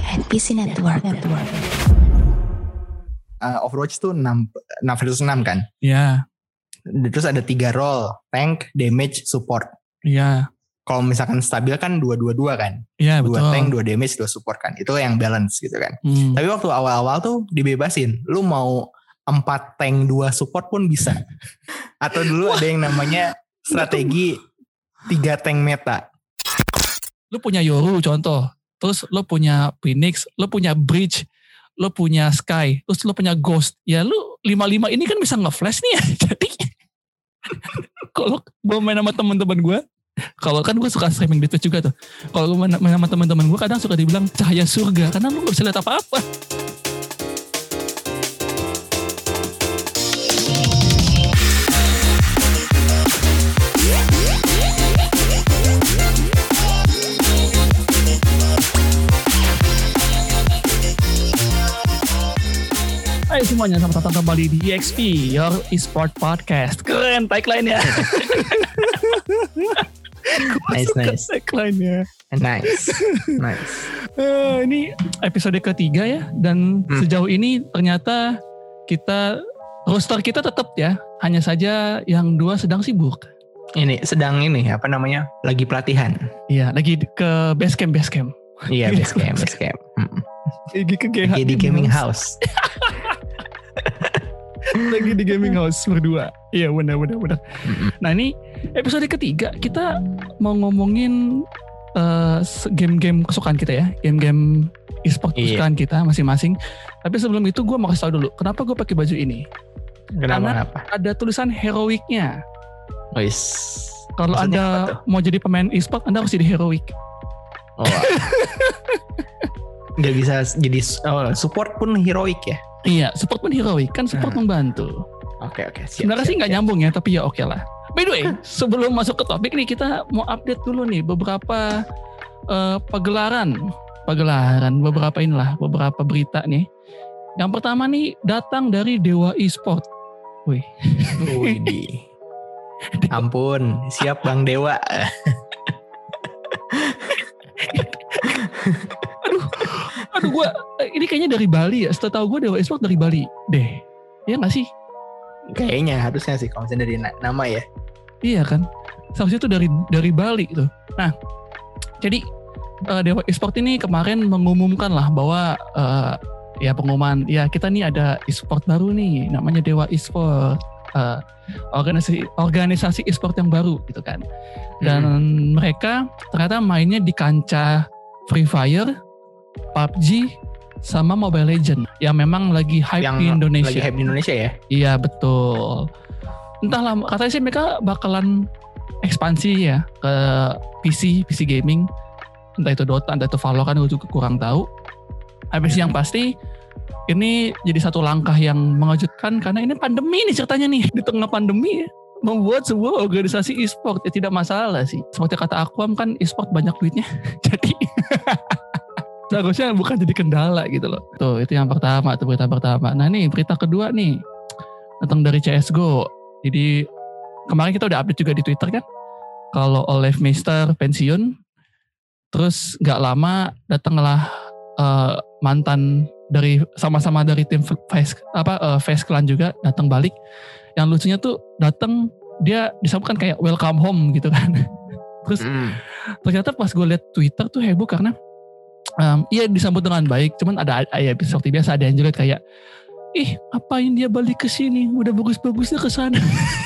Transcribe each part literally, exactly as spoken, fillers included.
N P C Network. Network. Uh, Overwatch tuh enam versus enam kan? Iya. Yeah. Terus ada tiga role, tank, damage, support. Iya. Yeah. Kalau misalkan stabil kan dua dua dua kan? Iya yeah, betul. Dua tank, dua damage, dua support kan? Itu yang balance gitu kan? Hmm. Tapi waktu awal-awal tuh dibebasin. Lu mau empat tank, dua support pun bisa. Atau dulu ada yang namanya strategi tiga tank meta. Lu punya Yoru contoh. Terus lu punya Phoenix, lu punya Breach, lu punya Sky, terus lu punya Ghost. Ya lu lima lima ini kan bisa nge-flash nih ya. Jadi kalau gue main sama teman-teman gue, kalau kan gue suka streaming di Twitch juga tuh. Kalau gue main sama teman-teman gue kadang suka dibilang cahaya surga karena lu gak bisa lihat apa-apa. Hai semuanya, selamat datang kembali di E X P, Your Esport Podcast. Keren tagline-nya. Nice, nice. Tagline-nya. Nice, nice. Uh, ini episode ketiga ya, dan hmm. sejauh ini ternyata kita, roster kita tetap ya, hanya saja yang dua sedang sibuk. Ini sedang ini, apa namanya, lagi pelatihan. Iya, lagi ke base camp, base camp. Iya, base camp, base camp. Hmm. Lagi ke G H, lagi di gaming house. Lagi di gaming house berdua. Iya benar benar benar. Mm-hmm. Nah ini episode ketiga kita mau ngomongin uh, game-game kesukaan kita ya, game-game e-sport iya. kesukaan kita masing-masing. Tapi sebelum itu gue mau kasih tau dulu kenapa gue pakai baju ini. Kenapa? Karena apa? ada tulisan heroicnya. Wis. Kalau Anda mau jadi pemain e-sport, Anda harus jadi heroic. Oh. Gak bisa jadi oh, support pun heroic ya? Iya, support pun heroic kan, support hmm. membantu. Oke oke. Siap, sebenarnya siap, sih nggak siap. nyambung ya, tapi ya oke okay lah. By the way, sebelum masuk ke topik nih kita mau update dulu nih beberapa uh, pagelaran, pagelaran beberapa inilah beberapa berita nih. Yang pertama nih datang dari Dewa Esport. Wih. Wih. Ampun, siap Bang Dewa. Aduh gue, ini kayaknya dari Bali ya. Setelah tahu gue Dewa Esport dari Bali deh. Iya gak sih? Kayaknya harusnya sih kalau misalnya dari nama ya. Iya kan? Seharusnya itu dari dari Bali tuh. Nah, jadi uh, Dewa Esport ini kemarin mengumumkan lah bahwa uh, ya pengumuman, ya kita nih ada e-sport baru nih, namanya Dewa Esport. Uh, organisasi organisasi e-sport yang baru gitu kan. Dan hmm. mereka ternyata mainnya di kancah Free Fire, P U B G, sama Mobile Legends yang memang lagi hype yang di Indonesia. Lagi hype di Indonesia ya? Iya betul. Entahlah, katanya sih mereka bakalan ekspansi ya ke P C, P C gaming. Entah itu Dota, entah itu Valorant, gue juga kurang tahu. Habis yang pasti ini jadi satu langkah yang mengejutkan karena ini pandemi nih ceritanya nih. Di tengah pandemi membuat sebuah organisasi e-sport ya tidak masalah sih. Seperti kata Aquam kan e-sport banyak duitnya. Jadi seharusnya bukan jadi kendala gitu loh. Tuh itu yang pertama, tuh berita pertama. Nah nih berita kedua nih datang dari C S G O. Jadi kemarin kita udah update juga di Twitter kan. Kalau Olaf Meister pensiun, terus gak lama datanglah uh, mantan dari sama-sama dari tim Face apa uh, Face Clan juga datang balik. Yang lucunya tuh datang dia disambutkan kayak welcome home gitu kan. Terus mm. ternyata pas gue liat Twitter tuh heboh karena um, iya disambut dengan baik. Cuman ada ya seperti biasa ada yang jelek kayak ih ngapain dia balik ke sini? Udah bagus-bagusnya ke sana.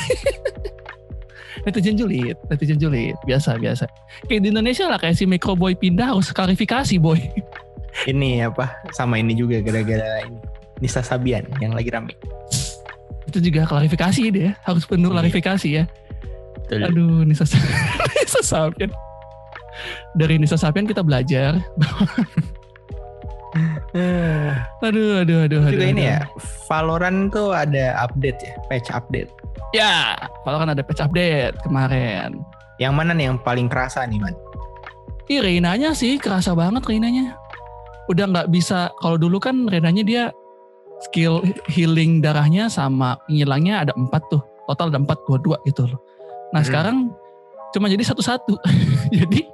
Netizen julid, netizen julid biasa biasa. Kayak di Indonesia lah kayak si Micro Boy pindah harus klarifikasi boy. Ini apa sama ini juga gara-gara ini Nisa Sabian yang lagi rame. Itu juga klarifikasi dia, harus penuh klarifikasi ya. Betul. Aduh, Nisa, Nisa Sabian. Dari Nisa Sabian kita belajar. aduh, aduh, aduh. Juga aduh, ini aduh. ya, Valorant tuh ada update ya, patch update. Ya, Valorant ada patch update kemarin. Yang mana nih yang paling kerasa nih, Man? Ih, Reynanya sih kerasa banget Reynanya. Udah nggak bisa, kalau dulu kan Reynanya dia skill healing darahnya sama ngilangnya ada empat tuh. Total ada empat, dua, dua gitu loh. Nah hmm. sekarang cuma jadi satu-satu. Jadi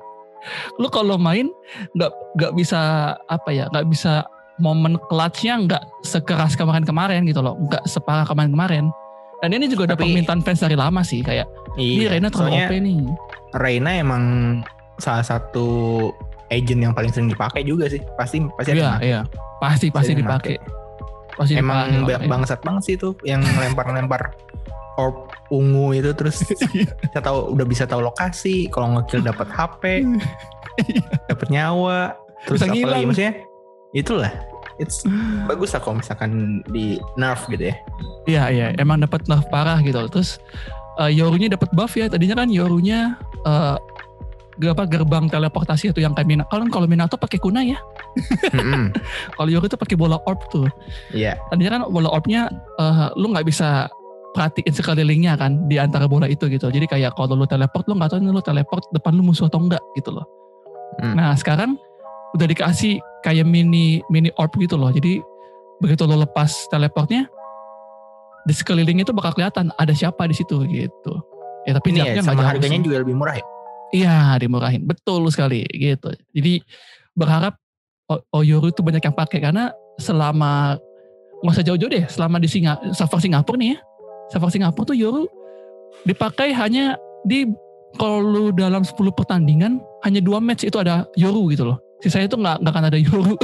Lu kalau main nggak nggak bisa apa ya, nggak bisa momen clutch-nya nggak sekeras kemarin-kemarin gitu loh, nggak separah kemarin-kemarin. Dan ini juga ada Tapi- permintaan fans dari lama sih, kayak ini Iya, Reina terlalu soalnya O P nih. Reina emang salah satu agent yang paling sering dipakai juga sih. Pasti pasti ada Iya, yang iya. Pasti pasti yang dipakai. make. Pasti Emang dipakai, ba- makanya. bangsat banget sih itu yang lempar-lempar orb ungu itu, terus kita tahu udah bisa tahu lokasi, kalau ngekill dapat H P, dapat nyawa, terus Bisa apa lagi ngilang. maksudnya? Itulah. It's bagus lah kalau misalkan di nerf gitu ya. Iya, iya, emang dapat nerf parah gitu. Terus uh, Yorunya dapat buff ya. Tadinya kan Yorunya uh, apa gerbang teleportasi itu yang kayak Minato. Kalau kalau Minato pakai kunai ya. Mm-mm. Kalau Yoru tuh pakai bola orb tuh. Iya. Tadinya kan bola orbnya uh, lu nggak bisa perhatiin sekelilingnya kan di antara bola itu gitu. Jadi kayak kalau lu teleport lu nggak tahu nih lu teleport depan lu musuh atau enggak gitu loh. Hmm. Nah sekarang udah dikasih kayak mini mini orb gitu loh. Jadi begitu lu lepas teleportnya di sekelilingnya itu bakal kelihatan ada siapa di situ gitu. Ya tapi Ini ya jaraknya nggak sama jauh harganya sih. juga lebih murah ya. Iya dimurahin, betul sekali gitu. Jadi berharap O- Oyoru itu banyak yang pakai karena selama nggak usah jauh-jauh deh, selama di Singa, server Singapura nih ya, server Singapura tuh Yoru dipakai hanya di kalau lu dalam sepuluh pertandingan hanya dua match itu ada Yoru gitu loh. Sisanya tuh nggak nggak akan ada Yoru.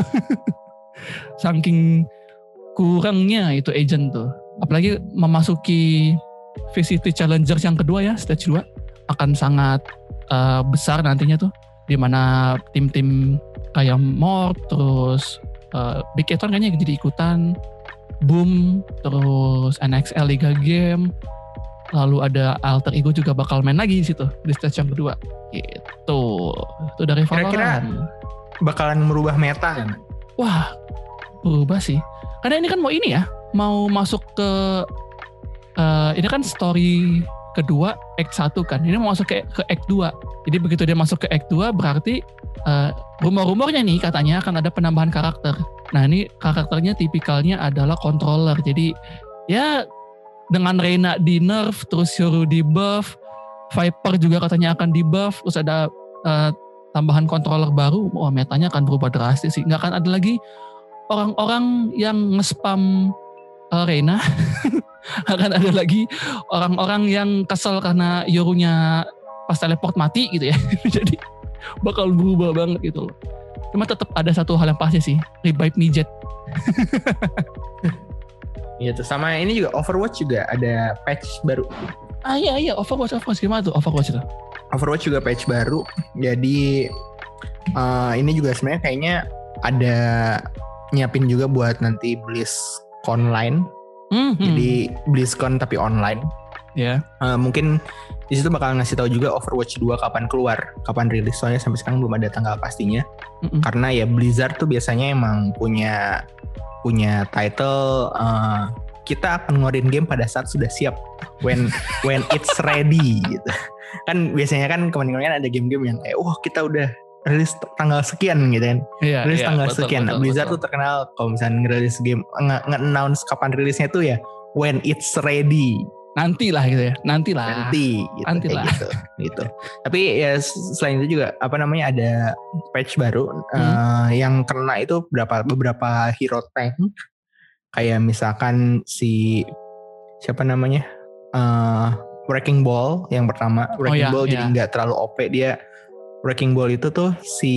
Saking kurangnya itu agent tuh. Apalagi memasuki V C T Challengers yang kedua ya, stage dua akan sangat uh, besar nantinya tuh, di mana tim-tim kayak Morp, terus uh, Big Eton kayaknya jadi ikutan, Boom, terus N X L Liga Game, lalu ada Alter Ego juga bakal main lagi di situ di stage yang kedua. Gitu. Itu dari Kira-kira Valorant. bakalan merubah meta kan? Wah, berubah sih. Karena ini kan mau ini ya, mau masuk ke uh, ini kan story kedua act satu kan. Ini mau masuk ke ke act dua. Jadi begitu dia masuk ke act dua berarti uh, rumor-rumornya nih katanya akan ada penambahan karakter. Nah, ini karakternya tipikalnya adalah controller. Jadi ya dengan Reina di nerf, terus Yoru di buff, Viper juga katanya akan di buff, terus ada uh, tambahan controller baru, wah metanya akan berubah drastis sih. Nggak akan ada lagi orang-orang yang nge-spam uh, Reina. Akan ada lagi orang-orang yang kesel karena Yorunya pas teleport mati gitu ya. Jadi bakal berubah banget gitu loh. Cuma tetap ada satu hal yang pasti sih, revive Midget. Gitu. Sama ini juga Overwatch juga ada patch baru. Ah iya iya, Overwatch, Overwatch gimana tuh Overwatch itu? Overwatch juga patch baru. Jadi uh, ini juga sebenarnya kayaknya ada nyiapin juga buat nanti BlizzCon online. Hmm, hmm. Jadi BlizzCon tapi online. Ya. Uh, mungkin di situ bakal ngasih tahu juga Overwatch dua kapan keluar, kapan rilis. Soalnya sampai sekarang belum ada tanggal pastinya. Mm-mm. Karena ya Blizzard tuh biasanya emang punya punya title uh, kita akan ngeluarin game pada saat sudah siap, when when it's ready gitu. Kan biasanya kan kemarin-kemarin ada game-game yang kayak wah kita udah rilis tanggal sekian gitu kan. Iya, Rilis iya, tanggal betul, sekian. Nah, betul, Blizzard betul. tuh terkenal kalau misalnya ngerilis game nge- nge-announce kapan rilisnya tuh ya when it's ready. Nanti lah gitu ya, nanti lah. Nanti gitu, nanti kayak lah. gitu gitu. Tapi ya selain itu juga apa namanya ada patch baru Hmm. eh, yang kena itu beberapa beberapa hero tank kayak misalkan si siapa namanya eh Wrecking Ball yang pertama. Wrecking iya, Ball iya. jadi nggak terlalu O P dia. Wrecking Ball itu tuh si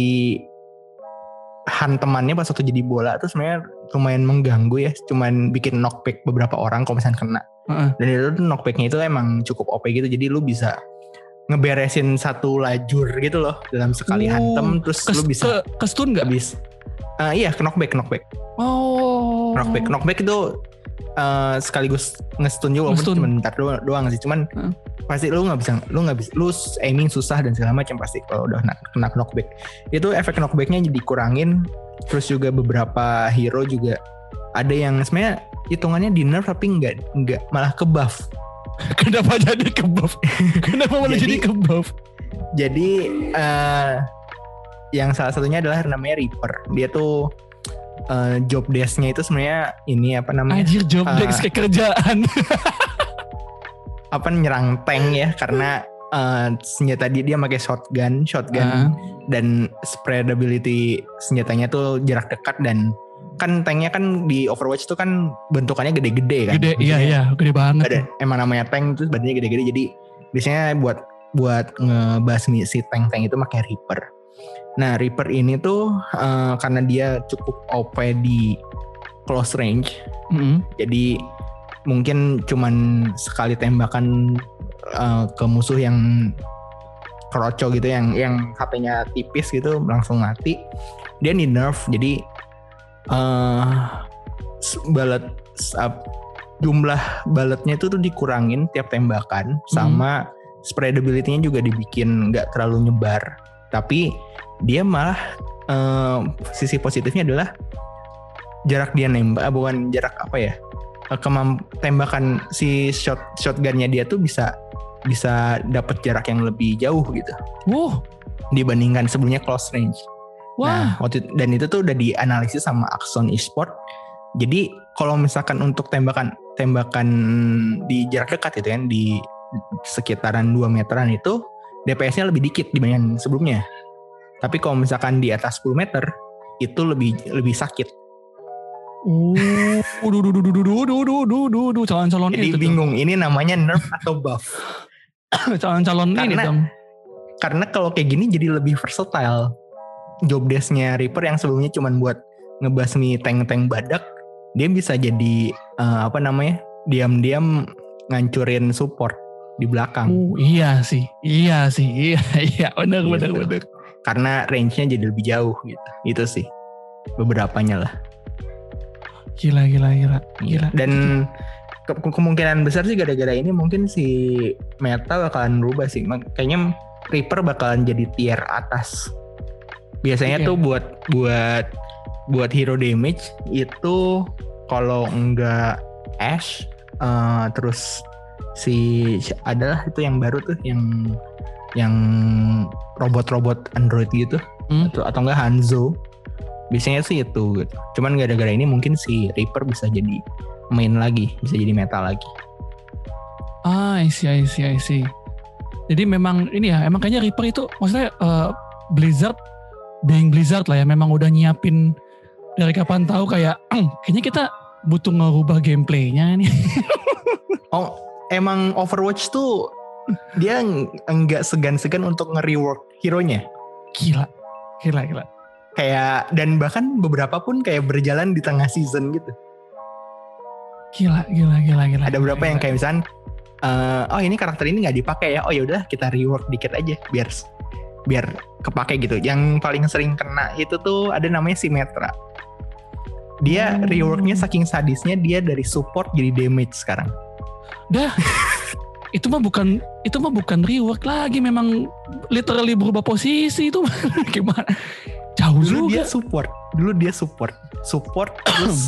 hantemannya pas waktu jadi bola tuh sebenarnya lumayan mengganggu ya, cuman bikin knockback beberapa orang kalau misalnya kena. Heeh. Dan itu tuh knockbacknya itu emang cukup O P gitu, jadi lu bisa ngeberesin satu lajur gitu loh dalam sekali Oh, hantem, terus Ke, lu bisa ke, ke stun gak? habis. Uh, iya, knockback, knockback, Oh. knockback, knockback itu uh, sekaligus nge-stun juga, walaupun Nge-stun. cuma bentar doang, doang sih, cuman Heeh. pasti lu nggak bisa, lu nggak bisa, lu aiming susah dan segala macam pasti kalau udah kena, kena knockback. Itu efek knockbacknya jadi kurangin, terus juga beberapa hero juga ada yang sebenarnya hitungannya di nerf tapi nggak nggak malah ke buff. Kenapa jadi ke buff? Kenapa malah Jadi- jadi ke buff? Jadi uh, yang salah satunya adalah namanya Reaper. Dia tuh uh, job desk-nya itu sebenarnya ini apa namanya? Anjir job Ah. desk kayak kerjaan. Apa nyerang tank ya, karena uh, senjata dia dia pakai shotgun, shotgun Ah. dan spreadability senjatanya tuh jarak dekat dan kan tanknya kan di Overwatch tuh kan bentukannya gede-gede kan. Gede, iya Maksudnya iya, gede banget. Ada, emang namanya tank tuh badannya gede-gede jadi biasanya buat buat ngebasmi si tank-tank itu pakai Reaper. Nah Reaper ini tuh uh, karena dia cukup O P di close range, Mm-mm. jadi mungkin cuman sekali tembakan uh, ke musuh yang kroco gitu, yang yang H P-nya tipis gitu langsung mati. Dia di nerf, jadi uh, balet uh, jumlah baletnya itu tuh dikurangin tiap tembakan, Hmm. sama spreadability-nya juga dibikin nggak terlalu nyebar. Tapi dia malah uh, sisi positifnya adalah jarak dia nembak, bukan jarak apa ya? Kemamp tembakan si shot shotgunnya dia tuh bisa bisa dapat jarak yang lebih jauh gitu Wow, dibandingkan sebelumnya close range. Nah, wah, waktu dan itu tuh udah dianalisis sama Axon Esport. Jadi kalau misalkan untuk tembakan tembakan di jarak dekat itu kan di sekitaran dua meteran itu D P S-nya lebih dikit dibandingkan sebelumnya. Tapi kalau misalkan di atas sepuluh meter itu lebih lebih sakit. uh, duh, duh, duh, duh, duh, duh, duh, duh, duh, duh, calon-calon Jadi itu bingung ini namanya nerf atau buff. tuh. Calon-calon ini Karena- dong. Karena kalau kayak gini jadi lebih versatile. Job desk-nya Reaper yang sebelumnya cuma buat ngebasmi tank-tank badak, dia bisa jadi uh, apa namanya? Diam-diam ngancurin support di belakang. Uh, iya sih, iya sih, iya, iya, benar, Gitu. benar, benar. Karena range-nya jadi lebih jauh gitu. Itu sih beberapanya lah. Gila, gila, gila, gila. Dan ke- kemungkinan besar sih gara-gara ini mungkin si meta bakalan berubah sih. Mak- Kayaknya Reaper bakalan jadi tier atas. Biasanya Oke. tuh buat buat buat hero damage itu kalau enggak Ashe, eh, terus si adalah itu yang baru tuh yang yang robot-robot android gitu, Hmm. atau atau enggak Hanzo. Biasanya sih itu gitu. Cuman gara-gara ini mungkin si Reaper bisa jadi main lagi, bisa jadi meta lagi. Ah, I see, I see, I see. Jadi memang ini ya, emang kayaknya Reaper itu maksudnya eh, Blizzard, being Blizzard lah ya, memang udah nyiapin dari kapan tahu kayak, kayaknya kita butuh ngerubah gameplaynya nih. Oh, emang Overwatch tuh dia ng- enggak segan-segan untuk nge-rework hero-nya. Gila, gila, gila. Kayak dan bahkan beberapa pun kayak berjalan di tengah season gitu. Gila, gila, gila, gila. Ada beberapa gila, yang gila. kayak misalnya eh, oh ini karakter ini nggak dipakai ya. Oh ya udah kita rework dikit aja biar biar kepake gitu. Yang paling sering kena itu tuh ada namanya Symmetra. Dia Oh. reworknya saking sadisnya dia dari support jadi damage sekarang. Dah, itu mah bukan itu mah bukan rework lagi, memang literally berubah posisi itu. Gimana? Jauh Dulu juga. dia support, dulu dia support, support terus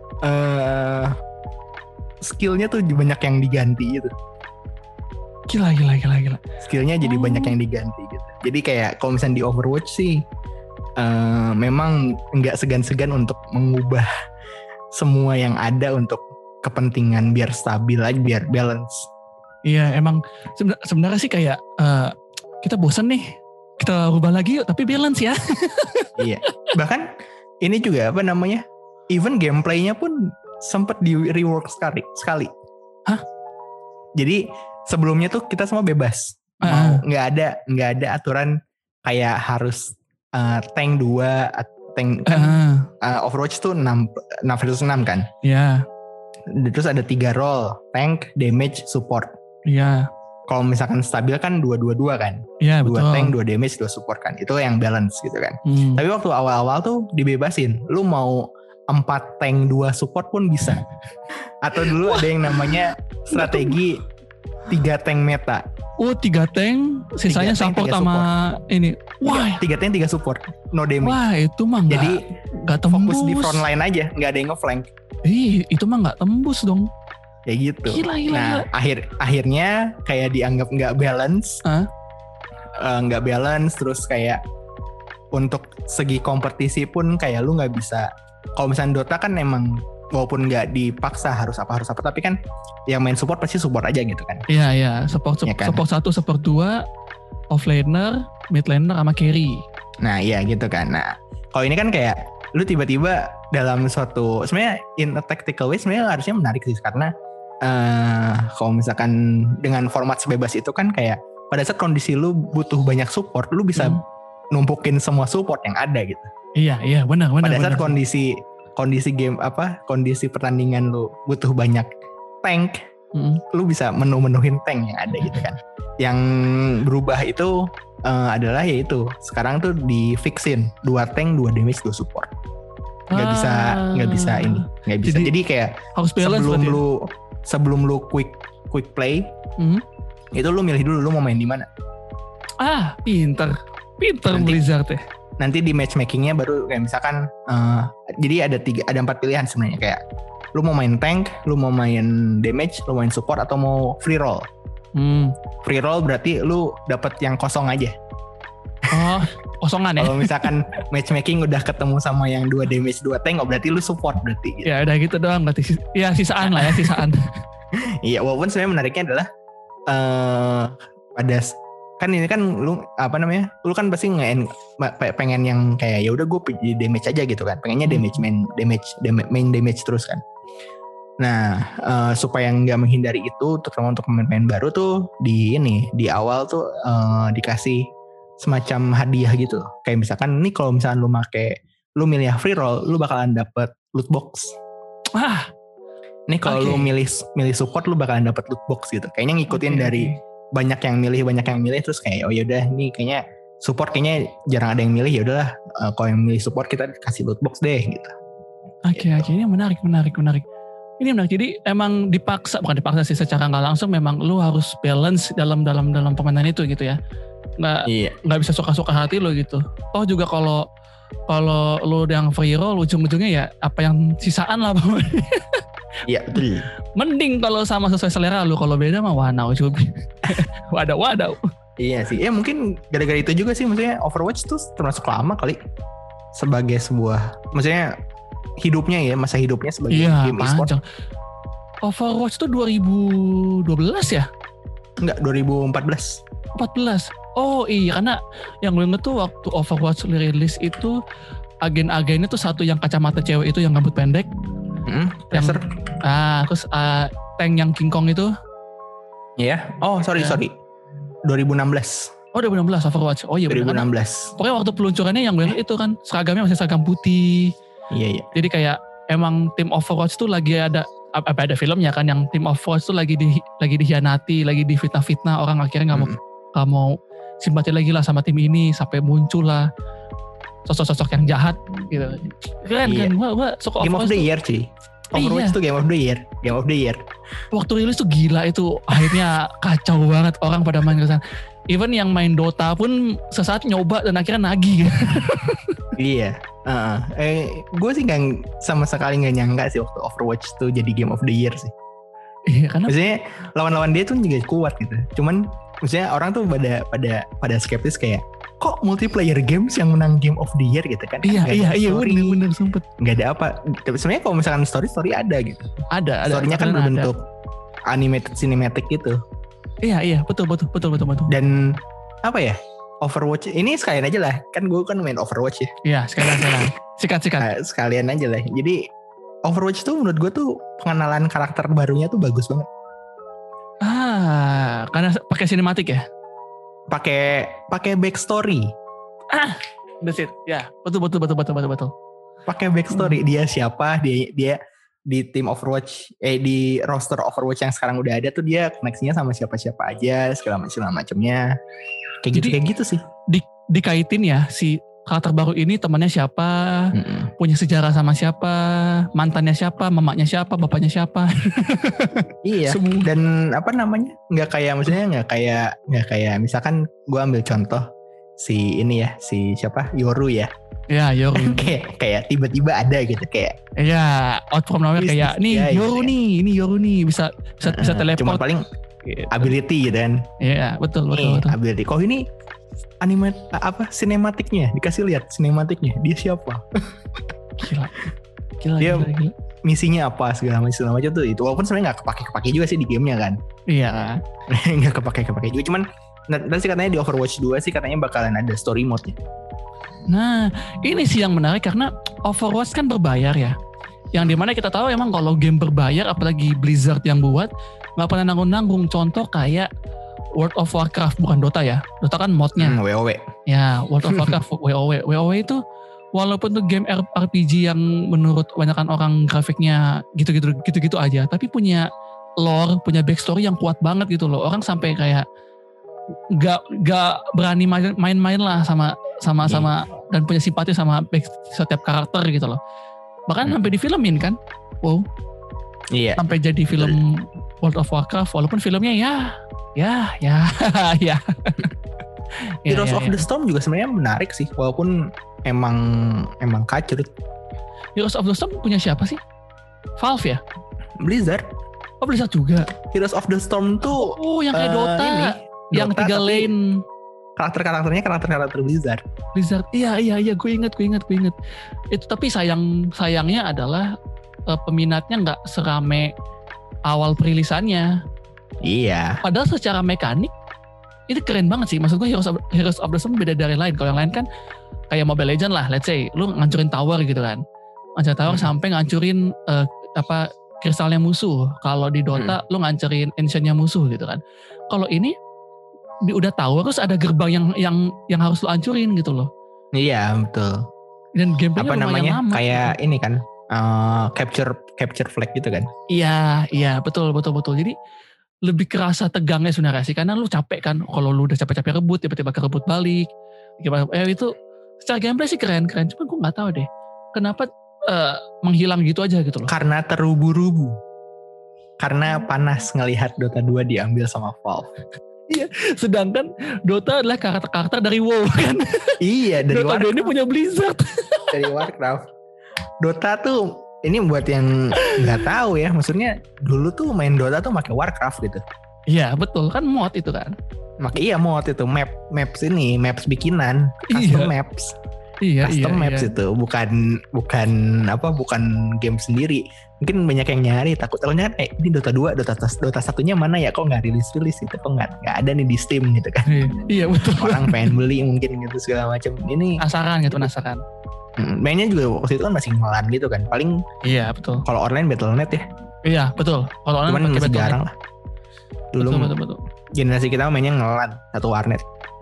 eh skillnya tuh banyak yang diganti gitu. Gila, gila, gila, gila. Skillnya jadi Oh. banyak yang diganti gitu. Jadi kayak kalau misalnya di Overwatch sih eh, memang nggak segan-segan untuk mengubah semua yang ada untuk kepentingan biar stabil aja, biar balance. Iya, emang sebena- sebenarnya sih kayak eh, kita bosan nih, kita rubah lagi yuk, tapi balance ya. Iya. Bahkan ini juga apa namanya? Even gameplaynya pun sempat di rework sekali sekali. Hah? Jadi sebelumnya tuh kita semua bebas. Mau Ah. nggak ada nggak ada aturan kayak harus uh, tank dua at- tank kan Ah, uh, Overwatch tuh enam enam versus enam kan. ya, Terus ada tiga role, tank, damage, support. ya, Kalau misalkan stabil kan dua dua dua kan. ya, Dua betul. tank, dua damage, dua support kan. Itu yang balance gitu kan. Hmm. Tapi waktu awal-awal tuh dibebasin. Lu mau empat tank dua support pun bisa. Atau dulu ada yang namanya strategi tiga tank meta. Oh, tiga tank, sisanya Tiga tank, support tiga sama ini. Wah, Tiga tank tiga support, no damage. wah itu mah nggak Jadi nggak tembus. fokus di front line aja, nggak ada yang ngeflank. Ih, itu mah nggak tembus dong. Kayak gitu. Gila, gila, Nah, gila. akhir akhirnya kayak dianggap nggak balance, Hah? Eh, nggak balance, terus kayak untuk segi kompetisi pun kayak lu nggak bisa. Kalau misalnya Dota kan emang walaupun nggak dipaksa harus apa harus apa, tapi kan yang main support pasti support aja gitu kan. Iya iya, support Ya kan? support satu, support dua, offlaner, mid laner sama carry. Nah iya gitu kan. Nah kalau ini kan kayak lu tiba-tiba dalam suatu, sebenarnya in a tactical way sebenarnya harusnya menarik sih, karena uh, kalau misalkan dengan format sebebas itu kan kayak pada saat kondisi lu butuh banyak support, lu bisa hmm. numpukin semua support yang ada gitu. Iya iya benar benar. Pada saat benar. kondisi kondisi game apa kondisi pertandingan lu butuh banyak tank, hmm. lu bisa menu-menuhin tank yang ada gitu kan. Yang berubah itu uh, adalah yaitu sekarang tuh di fixin dua tank, dua damage, dua support. Nggak ah. bisa nggak bisa ini nggak bisa. Jadi, Jadi kayak harus sebelum lu sebelum lu quick quick play, hmm. itu lu milih dulu lu mau main di mana. Ah, pinter. Pinter nanti, Blizzard ya. Nanti di matchmakingnya baru kayak misalkan uh, jadi ada tiga ada empat pilihan sebenarnya, kayak lu mau main tank, lu mau main damage, lu main support, atau mau free roll. Hmm. Free roll berarti lu dapat yang kosong aja. Oh, kosongan ya. Kalau misalkan matchmaking udah ketemu sama yang dua damage dua tank, oh berarti lu support berarti gitu. Ya udah gitu doang berarti. Ya sisaan lah ya, sisaan. Iya, walaupun sebenarnya menariknya adalah uh, pada kan ini kan lu apa namanya? Lu kan pasti nge pengen yang kayak ya udah gue pergi damage aja gitu kan. Pengennya damage main damage, damage main damage terus kan. Nah, uh, supaya nggak menghindari itu, terutama untuk pemain-pemain baru tuh di ini di awal tuh uh, dikasih semacam hadiah gitu. Kayak misalkan nih kalau misalkan lu make lu milih free roll, lu bakalan dapet loot box. Ah. Nih kalau okay. lu milih milih support, lu bakalan dapet loot box gitu. Kayaknya ngikutin okay, dari okay. banyak yang milih, banyak yang milih terus kayak oh yaudah nih kayaknya support kayaknya jarang ada yang milih, ya udahlah uh, kalau yang milih support kita kasih loot box deh gitu. Oke, okay, oke, okay. Ini menarik, menarik, menarik. Ini menarik. Jadi emang dipaksa, bukan dipaksa sih, secara nggak langsung memang lu harus balance dalam dalam dalam permainan itu gitu ya. Nggak iya. nggak bisa suka-suka hati lo gitu. Toh juga kalau kalau lo yang free roll ujung-ujungnya ya apa yang sisaan lah. Iya betul. Mending kalau sama sesuai selera lo, kalau beda mah wanau coba. Waduh waduh. Iya sih. Ya mungkin gara-gara itu juga sih, maksudnya Overwatch tuh termasuk lama kali sebagai sebuah, maksudnya hidupnya ya, masa hidupnya sebagai iya, game e-sport. Overwatch tuh dua ribu dua belas ya? Enggak, dua ribu empat belas. empat belas. Oh iya, karena yang gue inget tuh waktu Overwatch rilis itu agen-agennya tuh satu yang kacamata cewek itu yang rambut pendek. Hmm, yang, ah, terus uh, tank yang King Kong itu. Iya. Yeah. Oh sorry yeah. sorry. dua ribu enam belas. Oh dua ribu enam belas Overwatch. Oh iya benar. dua ribu enam belas. Kan? Pokoknya waktu peluncurannya yang gue inget itu kan seragamnya masih seragam putih. Iya iya. Jadi kayak emang tim Overwatch tuh lagi ada apa ada filmnya kan, yang tim Overwatch tuh lagi di lagi dihianati, lagi difitnah-fitnah, orang akhirnya nggak mau nggak hmm. mau simpati lagi lah sama tim ini, sampai muncul lah sosok-sosok yang jahat gitu. Keren iya. kan, gua, gua suka Game of the Year sih. Overwatch iya. tuh Game of the Year, Game of the Year. Waktu rilis tuh gila itu, akhirnya kacau banget orang pada main ke sana. Even yang main Dota pun sesaat nyoba dan akhirnya nagih. Iya. Uh, eh, gue sih nggak sama sekali nggak nyangka sih waktu Overwatch tuh jadi Game of the Year sih. Iya karena maksudnya lawan-lawan dia tuh juga kuat gitu. Cuman maksudnya orang tuh pada pada pada skeptis kayak kok multiplayer games yang menang Game of the Year gitu kan? Iya kan iya iya benar-benar sempet. Nggak ada apa. Tapi sebenarnya kalau misalkan story story ada gitu. Ada ada. Storynya kan berbentuk ada. Animated cinematic gitu. Iya iya betul betul betul betul betul. Dan apa ya? Overwatch ini sekalian aja lah, kan gue kan main Overwatch ya. Iya sekalian sekalian. Sikat sikat. Nah, sekalian aja lah. Jadi Overwatch tuh menurut gue tuh pengenalan karakter barunya tuh bagus banget. Ah, karena pakai sinematik ya? Pakai pakai backstory. Ah, that's it. Ya, betul betul betul betul betul betul. Pakai backstory, hmm. dia siapa, dia dia di tim Overwatch, eh di roster Overwatch yang sekarang udah ada tuh dia koneksinya sama siapa-siapa aja, segala macam macamnya. Kayak gitu, kayak gitu sih. Di, dikaitin ya si karakter baru ini temannya siapa, mm-mm. punya sejarah sama siapa, mantannya siapa, mamanya siapa, bapaknya siapa. Iya. Semua. Dan apa namanya? Nggak kayak maksudnya nggak kayak nggak kayak misalkan gue ambil contoh si ini ya, si siapa Yoru ya. Ya Yoru. kayak kayak tiba-tiba ada gitu kayak. Iya. Out from nowhere kayak nih ya, Yoru ya. nih, ini Yoru nih bisa bisa uh, bisa teleport. Cuma paling gitu. Ability gitu kan. Iya betul betul. Nih, betul. Ability. Kok ini anime apa sinematiknya dikasih lihat sinematiknya dia siapa? Gila. Gila, dia gila, gila. misinya apa segala macam segala macam tuh itu walaupun sebenarnya nggak kepake-kepake juga sih di gamenya kan. Iya. Nggak kepake-kepake juga cuman dan sih katanya di Overwatch dua sih katanya bakalan ada story mode-nya. Nah, ini sih yang menarik karena Overwatch kan berbayar ya. Yang dimana kita tahu emang kalau game berbayar, apalagi Blizzard yang buat, nggak pernah nanggung-nanggung. Contoh kayak World of Warcraft, bukan Dota ya. Dota kan modnya. Hmm, WoW. Ya, World of Warcraft, WoW. WoW itu walaupun tuh game R P G yang menurut kebanyakan orang grafiknya gitu-gitu gitu-gitu aja, tapi punya lore, punya backstory yang kuat banget gitu loh. Orang sampai kayak nggak nggak berani main-main lah sama sama Yeah. sama dan punya simpati sama setiap karakter gitu loh. Bahkan Hmm. sampai difilmin kan. Wow. Iya. Sampai jadi film World of Warcraft walaupun filmnya ya ya ya ya. Heroes ya, of ya. the Storm juga sebenarnya menarik sih walaupun emang emang kacau. Heroes of the Storm punya siapa sih? Valve ya? Blizzard. Oh Blizzard juga. Heroes of the Storm tuh Oh yang kayak eh, Dota. ini, yang Dota, tiga tapi lane. karakter-karakternya karakter-karakter Blizzard. Blizzard, iya iya iya, gue inget gue inget gue inget. Itu tapi sayang sayangnya adalah uh, peminatnya nggak serame awal perilisannya. Iya. Padahal secara mekanik itu keren banget sih. Maksud gue Heroes of, Heroes of the Storm beda dari lain. Kalau yang lain kan kayak Mobile Legends lah, let's say, lu ngancurin tower gitu kan, ngancurin tower Hmm. sampai ngancurin uh, apa kristalnya musuh. Kalau di Dota lu ngancurin ancientnya musuh gitu kan. Kalau ini di udah tahu terus ada gerbang yang yang yang harus lu hancurin gitu loh. Iya betul. Dan gameplaynya Apa lumayan namanya? lama. Kayak ini kan uh, capture capture flag gitu kan. Iya, iya betul betul betul. Jadi lebih kerasa tegangnya sebenarnya sih karena lu capek kan. Kalau lu udah capek-capek rebut tiba-tiba kerebut balik. Gimana? Eh itu secara gameplay sih keren-keren. Cuma gue nggak tahu deh kenapa uh, menghilang gitu aja gitu loh. Karena terubu-rubu. Karena panas ngelihat Dota dua diambil sama Valve. Sedangkan Dota adalah karakter-karakter dari WoW kan. Iya dari Dota dua Warcraft. ini punya Blizzard. Dari Warcraft. Dota tuh ini buat yang nggak tahu ya, maksudnya dulu tuh main Dota tuh pakai Warcraft gitu. Iya betul kan mod itu kan. Maka iya mod itu map maps ini maps bikinan custom Iya. maps Iya custom iya. maps iya. itu bukan bukan apa bukan game sendiri. Mungkin banyak yang nyari takut takutnya kan eh ini Dota dua Dota Dota satunya mana ya kok nggak rilis rilis gitu kok nggak nggak ada nih di Steam gitu kan. Iya, iya betul. Orang pengen beli mungkin gitu segala macam. Ini Penasaran gitu penasaran. mm, mainnya juga waktu itu kan masih ngelan gitu kan. Paling Iya betul. kalau online Battle dot net ya. Iya betul. Kalau orang Cuman pakai masih Battle jarang Net. lah. Dulu Betul betul betul. generasi kita mainnya ngelan satu warnet.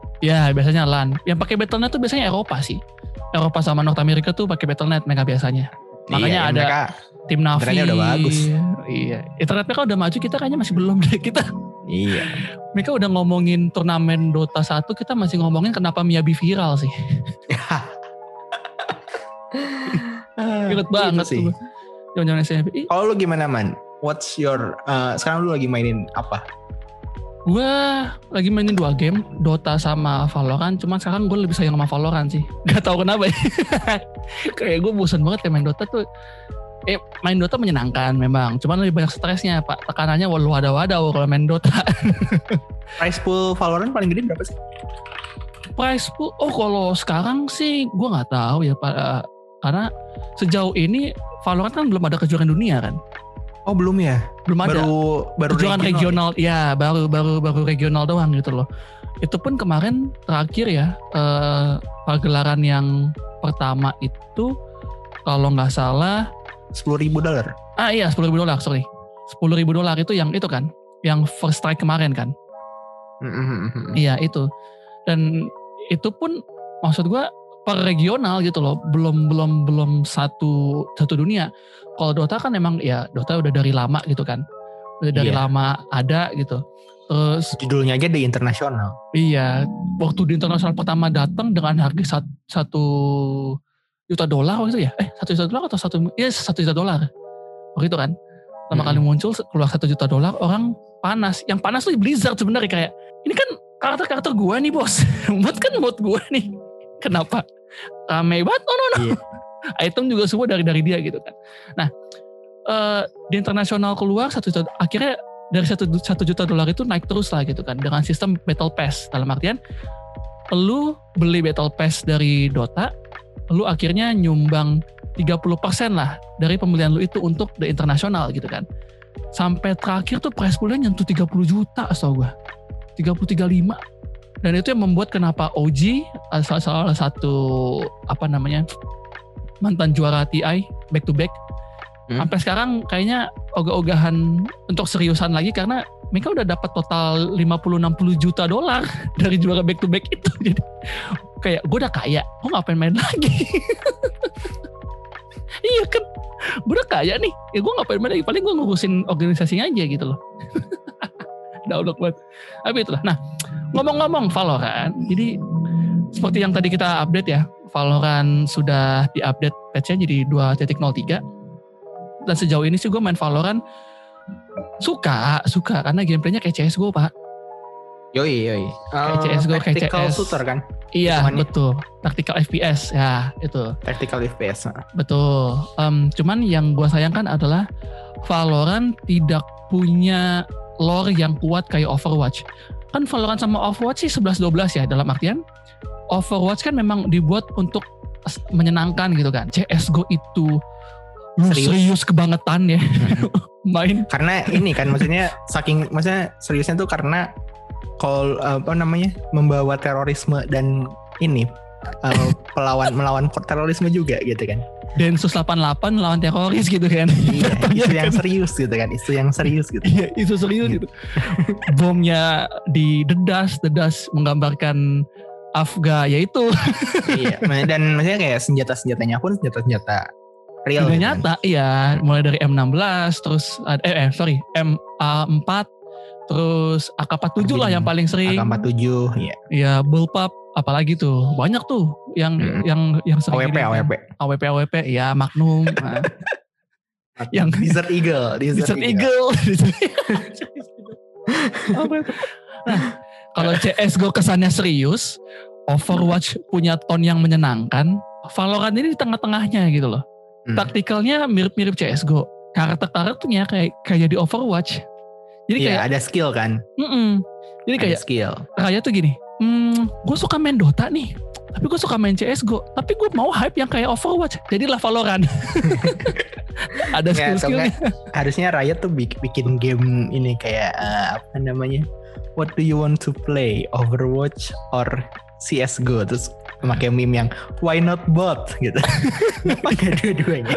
Ya biasanya LAN. Yang pakai Battle dot net tuh biasanya Eropa sih. Eropa sama North America tuh pakai Battle dot net mereka biasanya. Makanya Iya, ada mereka tim Navi. internetnya udah bagus. Iya. Internet mereka udah maju, kita kayaknya masih belum deh. Kita iya. mereka udah ngomongin turnamen Dota satu, kita masih ngomongin kenapa Miyabi viral sih. Ingat banget Gitu sih. tuh. Jangan-jangan S M P. Ih, Kalau lu gimana man? What's your uh, sekarang lu lagi mainin apa? gue lagi mainin dua game, Dota sama Valorant. Cuman sekarang gue lebih sayang sama Valorant sih. Gak tau kenapa ya. Kayak gue bosan banget ya main Dota tuh. Eh main Dota menyenangkan memang. Cuman lebih banyak stresnya pak. Tekanannya waduh wadaw-wadaw kalau main Dota. Price pool Valorant paling gede berapa sih? Price pool, oh kalau sekarang sih gue nggak tahu ya pak. Eh, Karena sejauh ini Valorant kan belum ada kejuaraan dunia kan. Oh belum ya? Belum ada. Baru baru kejuaraan regional, ya baru baru baru regional doang gitu loh. Itu pun kemarin terakhir ya eh, pergelaran yang pertama itu kalau nggak salah sepuluh ribu dolar. ah iya sepuluh ribu dolar sorry sepuluh ribu dolar itu yang itu kan yang first strike kemarin kan. Iya itu dan itu pun maksud gue per regional gitu loh belum belum belum satu satu dunia. Kalau Dota kan emang ya Dota udah dari lama gitu kan udah dari Iya. lama ada gitu. Terus Judulnya aja di internasional. iya waktu di internasional pertama datang dengan harga sat- satu juta dolar waktu itu ya eh satu juta dolar atau satu ya satu juta dolar waktu itu kan pertama Mm-mm. kali muncul keluar satu juta dolar orang panas yang panas tuh Blizzard sebenarnya kayak ini kan karakter-karakter gua nih bos mod kan mod gua nih kenapa rame banget no no no Iya. item juga semua dari dari dia gitu kan. Nah eh, di internasional keluar satu juta akhirnya dari satu satu juta dolar itu naik terus lah gitu kan dengan sistem battle pass dalam artian lu beli battle pass dari Dota lu akhirnya nyumbang tiga puluh persen lah dari pembelian lu itu untuk the internasional gitu kan. Sampai terakhir tuh price poolnya nyentuh tiga puluh juta setahu gue. tiga puluh tiga puluh lima. Dan itu yang membuat kenapa O G salah, salah satu apa namanya mantan juara T I back to back hmm. sampai sekarang kayaknya ogah-ogahan untuk seriusan lagi karena mereka udah dapat total lima puluh sampai enam puluh juta dolar dari juara back to back itu. Jadi kayak gue udah kaya, gue ngapain main lagi? Iya kan, gue udah kaya nih, ya gue ngapain main lagi? Paling gue ngurusin organisasinya aja gitu loh. Daulok banget. Tapi itulah. Nah, ngomong-ngomong Valorant, jadi seperti yang tadi kita update ya, Valorant sudah diupdate patch-nya jadi dua titik nol tiga. Dan sejauh ini sih gue main Valorant suka, suka karena gameplaynya kayak C S G O, Pak. Yoi, yoi. Kayak C S G O, kayak C S. Tactical shooter kan? Iya, Cuman betul. Tactical F P S, ya itu. Tactical F P S. Betul. Um, cuman yang gue sayangkan adalah Valorant tidak punya lore yang kuat kayak Overwatch. Kan Valorant sama Overwatch sih sebelas dua belas ya, dalam artian Overwatch kan memang dibuat untuk menyenangkan gitu kan. C S G O itu serius, serius kebangetan ya. Main. Karena ini kan maksudnya saking maksudnya seriusnya tuh karena kalau apa namanya membawa terorisme dan ini uh, pelawan melawan terorisme juga gitu kan. Densus delapan puluh delapan lawan teroris gitu kan. Iya, isu yang serius gitu kan, isu yang serius gitu. Iya, isu serius gitu. Bomnya didedas, dedas menggambarkan Afga yaitu. Iya, dan maksudnya kayak senjata-senjatanya pun senjata-senjata real. Udah nyata, kan? Iya, mulai dari M enam belas, terus eh, eh sorry, M A empat, terus A K empat puluh tujuh lah yang paling sering. A K empat puluh tujuh, iya. Iya, bullpup, apalagi tuh, banyak tuh yang hmm. yang yang sering. A W P, A W P, A W P, A W P, ya Magnum. Nah. Yang Desert Eagle, Desert, Desert Eagle. Nah, kalau C S G O kesannya serius, Overwatch punya tone yang menyenangkan, Valorant ini di tengah-tengahnya gitu loh. Hmm. Taktikalnya mirip-mirip C S G O. Karakter-karakternya kayak kayak di Overwatch. Jadi iya, kayak ada skill kan. Mm-mm. Jadi ada kayak skill. Raya tuh gini, hmm, gue suka main Dota nih, tapi gue suka main C S G O, tapi gue mau hype yang kayak Overwatch. Jadilah Valorant. Ada skill-skillnya. Harusnya Riot tuh bikin game ini kayak uh, apa namanya? What do you want to play? Overwatch or C S G O? Terus pakai meme yang why not both gitu. Pakai dua-duanya.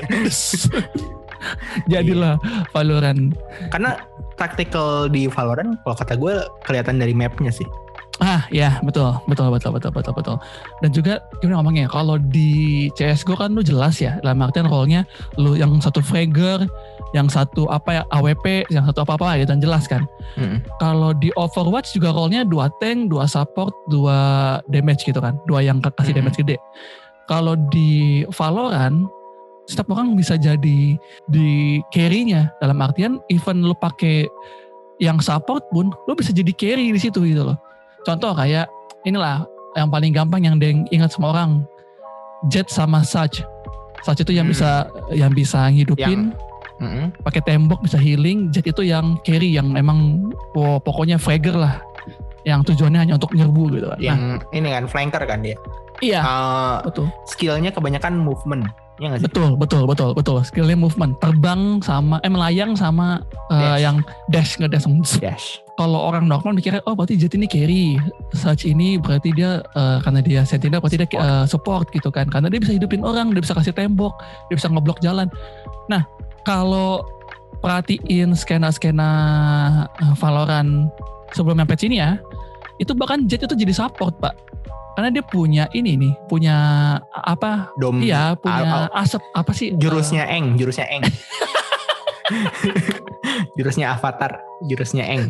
Jadilah Valorant. Karena tactical di Valorant kalau kata gue kelihatan dari mapnya sih. Ah ya betul betul betul betul betul betul. Dan juga gimana ngomongnya, kalau di C S G O kan lu jelas ya, dalam artian role-nya lu yang satu fragger, yang satu apa ya A W P, yang satu apa-apa gitu, dan jelas kan. Hmm. Kalau di Overwatch juga role-nya dua tank, dua support, dua damage gitu kan, dua yang kasih hmm. damage gede. Kalau di Valorant setiap orang bisa jadi di carry-nya, dalam artian even lu pakai yang support pun lu bisa jadi carry di situ gitu loh. Contoh kayak inilah yang paling gampang yang ingat semua orang, Jet sama Surge. Surge itu yang hmm. bisa yang bisa ngidupin, yang, mm-hmm. pakai tembok bisa healing. Jet itu yang carry, yang emang oh, pokoknya fragger lah, yang tujuannya hanya untuk nyerbu gitu kan. Yang nah, ini kan flanker kan dia. Iya. Uh, betul. Skillnya kebanyakan movement. Ya gak sih? Betul, betul, betul, betul. Skillnya movement, terbang sama eh melayang sama uh, yang dash ngedash. Dash. Kalau orang normal mikirnya, oh berarti Jet ini carry, Surge ini berarti dia uh, karena dia sentinel berarti dia uh, support gitu kan, karena dia bisa hidupin orang, dia bisa kasih tembok, dia bisa ngeblok jalan. Nah kalau perhatiin skena-skena uh, Valorant sebelum yang patch ini ya, itu bahkan Jet itu jadi support pak, karena dia punya ini nih, punya apa? Dom. Iya, punya al- al- asap apa sih? Jurusnya uh, Eng, jurusnya Eng. Jurusnya Avatar, jurusnya Eng.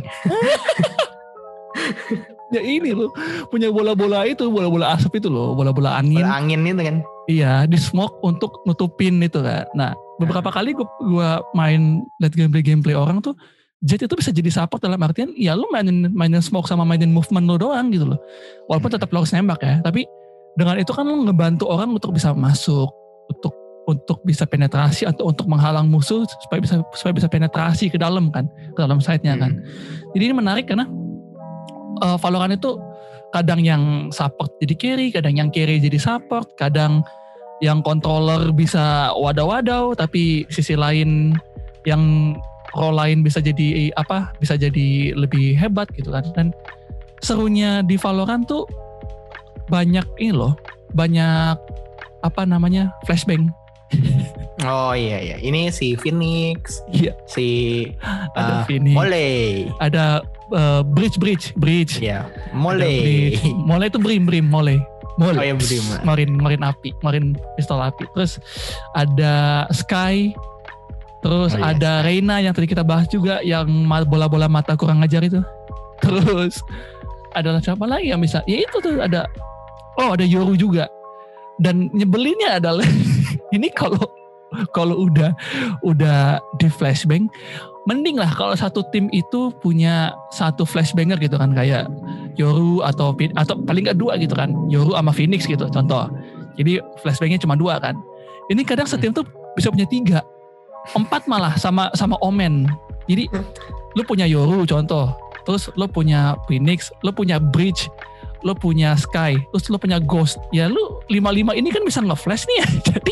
Ya ini loh, punya bola-bola itu, bola-bola asap itu loh, bola-bola angin. Bola angin itu kan. Iya, di smoke untuk nutupin itu kan. Nah, beberapa kali gue gua main liat gameplay-gameplay orang tuh, Jet itu bisa jadi support dalam artian, ya lu mainin mainin smoke sama mainin movement lo doang gitu loh. Walaupun tetap lo harus nembak ya, tapi dengan itu kan lu ngebantu orang untuk bisa masuk, untuk untuk bisa penetrasi atau untuk menghalang musuh supaya bisa supaya bisa penetrasi ke dalam kan, ke dalam site-nya kan. Hmm. Jadi ini menarik karena uh, Valorant itu kadang yang support jadi carry, kadang yang carry jadi support, kadang yang controller bisa wadaw-wadaw, tapi sisi lain yang role lain bisa jadi apa? Bisa jadi lebih hebat gitu kan. Dan serunya di Valorant tuh banyak ini loh, banyak apa namanya? Flashbang. Oh iya iya, ini si Phoenix, Iya. si Ada uh, Phoenix. Mole, Ada uh, bridge bridge bridge. ya Ada Mole. bridge. Mole itu brim brim mole. Mole. Oh ya Brim. Ngeluarin ngeluarin api, ngeluarin pistol api. Terus ada Sky. Terus Oh, iya, ada Reina yang tadi kita bahas juga yang ma- bola-bola mata kurang ajar itu. Terus ada siapa lagi yang bisa? Ya itu tuh ada. Oh ada Yoru juga. Dan nyebelinnya adalah ini kalau kalau udah udah di flashbang, mending lah kalau satu tim itu punya satu flashbanger gitu kan, kayak Yoru atau atau paling nggak dua gitu kan, Yoru sama Phoenix gitu contoh. Jadi flashbangnya cuma dua kan. Ini kadang setim tuh bisa punya tiga, empat malah sama sama Omen. Jadi lu punya Yoru contoh, terus lu punya Phoenix, lu punya Bridge, lu punya Sky, terus lu punya Ghost. Ya lu lima-lima ini kan bisa nge-flash nih ya. Jadi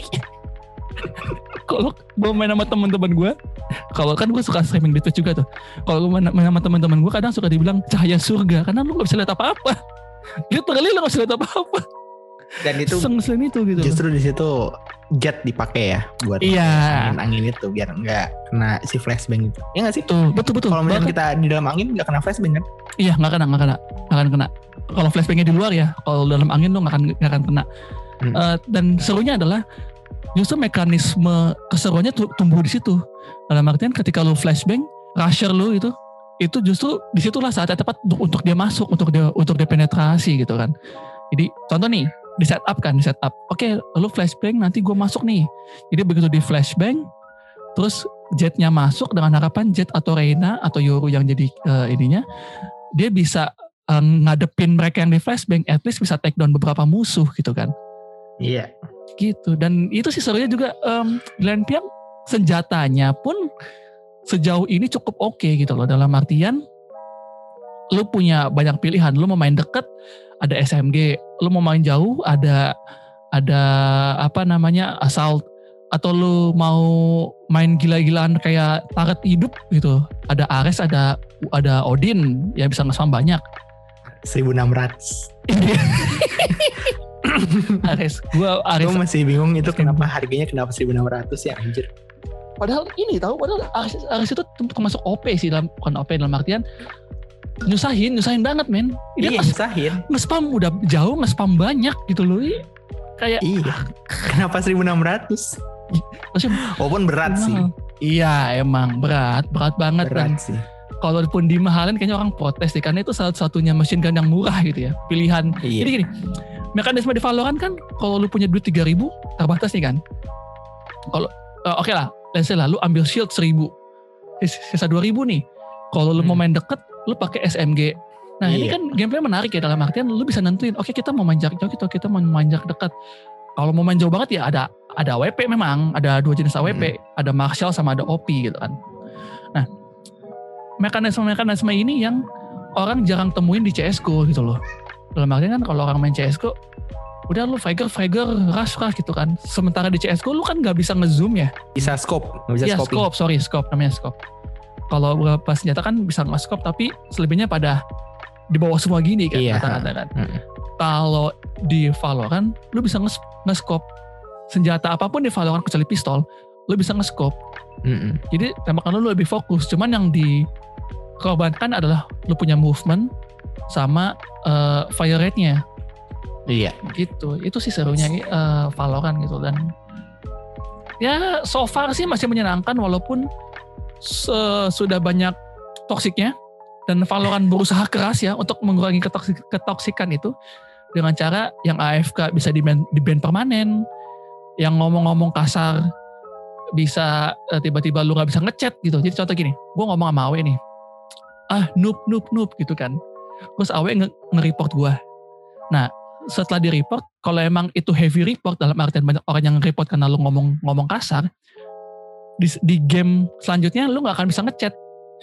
kalau gue main sama teman-teman gue, kalau kan gue suka streaming di Twitch juga tuh. Kalau gue main, main sama teman-teman gue kadang suka dibilang cahaya surga karena lu nggak bisa lihat apa-apa. Literally lu nggak bisa lihat apa-apa. Dan itu Seng-seng itu gitu. justru di situ jet dipakai ya buat Iya. angin angin itu biar nggak kena si flashbang itu. Ya nggak sih? Betul, betul, betul. Kalau misalnya Bahkan- kita di dalam angin nggak kena flashbang kan? Iya nggak kena, nggak kena, nggak akan kena. Kalau flashbangnya di luar ya, kalau dalam angin lu nggak akan nggak akan kena. Hmm. Eh, dan serunya adalah justru mekanisme keseruannya tuh tumbuh di situ. Dalam artian ketika lu flashbang, rusher lu itu itu justru disitulah saatnya tepat untuk, untuk dia masuk, untuk dia untuk dia penetrasi gitu kan. Jadi contoh nih di setup kan, di setup. Oke, lu flashbang nanti gue masuk nih. Jadi begitu di flashbang, terus jetnya masuk dengan harapan jet atau Reina atau Yoru yang jadi uh, ininya, dia bisa uh, ngadepin mereka yang di flashbang, at least bisa take down beberapa musuh gitu kan. Iya. Gitu. Dan itu sih serunya juga um, di lain pihak senjatanya pun sejauh ini cukup oke gitu loh. Dalam artian lu punya banyak pilihan. Lu mau main deket ada S M G, lu mau main jauh ada ada apa namanya assault, atau lu mau main gila-gilaan kayak turret hidup gitu. Ada Ares, ada ada Odin yang bisa nge-spam banyak. seribu enam ratus. Ares, gua Ares. Gue masih bingung itu kenapa harganya kenapa seribu enam ratus ya anjir. Padahal ini tahu, padahal Ares, Ares itu termasuk O P sih, dalam bukan O P dalam artian nyusahin, nyusahin banget men. Dia Iya nge- nyusahin. nge-spam udah jauh, nge-spam banyak gitu loh. Ih, kayak Iya. Kenapa seribu enam ratus? maksudnya, Walaupun berat sih. iya emang berat, berat banget. Dan Berat sih. kalaupun dimahalin kayaknya orang protes deh, karena itu satu-satunya machine gun yang murah gitu ya, pilihan. Iya. Jadi gini, mekanisme di Valorant kan kalau lu punya duit tiga ribu terbatas nih kan. Kalau uh, oke okay lah, let's say lah lu ambil shield seribu, sis- sisa dua ribu nih. Kalau lu mau Hmm. main deket, lu pakai S M G. Nah ini Iya. kan gameplay menarik ya, dalam artian lu bisa nentuin, oke kita mau main jarak jauh gitu, kita mau main jarak dekat. Kalau mau main jauh banget ya ada ada A W P, memang ada dua jenis A W P, ada Marshall sama ada O P gitu kan. Nah mekanisme-mekanisme ini yang orang jarang temuin di C S G O gitu loh. Dalam artian kan kalau orang main C S G O, udah lu fragger, fragger, rush, rush gitu kan. Sementara di C S G O lu kan gak bisa nge-zoom ya. Bisa scope, nggak bisa Iya scoping. scope, sorry scope, namanya scope. Kalau beberapa senjata kan bisa nge-scope, tapi selebihnya pada di bawah semua gini kan Iya. kata-kata kan. Mm. Kalau di Valorant lu bisa nge- nge-scope senjata apapun di Valorant kecuali pistol, lu bisa nge-scope. Mm-mm. Jadi tembakan lu lebih fokus. Cuman yang dikorbankan adalah lu punya movement sama uh, fire rate-nya. Iya. Gitu. Itu sih serunya uh, Valorant gitu. Dan ya so far sih masih menyenangkan walaupun se- sudah banyak toksiknya. Dan Valorant berusaha keras ya untuk mengurangi ketoksik- ketoksikan itu dengan cara yang A F K bisa di-ban di-ban permanen, yang ngomong-ngomong kasar bisa eh, tiba-tiba lu gak bisa ngechat gitu. Jadi contoh gini, gue ngomong sama Awe nih, ah noob noob noob gitu kan, terus Awe nge- nge-report gue. Nah setelah di-report, kalau emang itu heavy report dalam artian banyak orang yang report karena lu ngomong ngomong kasar, di, di game selanjutnya lu gak akan bisa ngechat.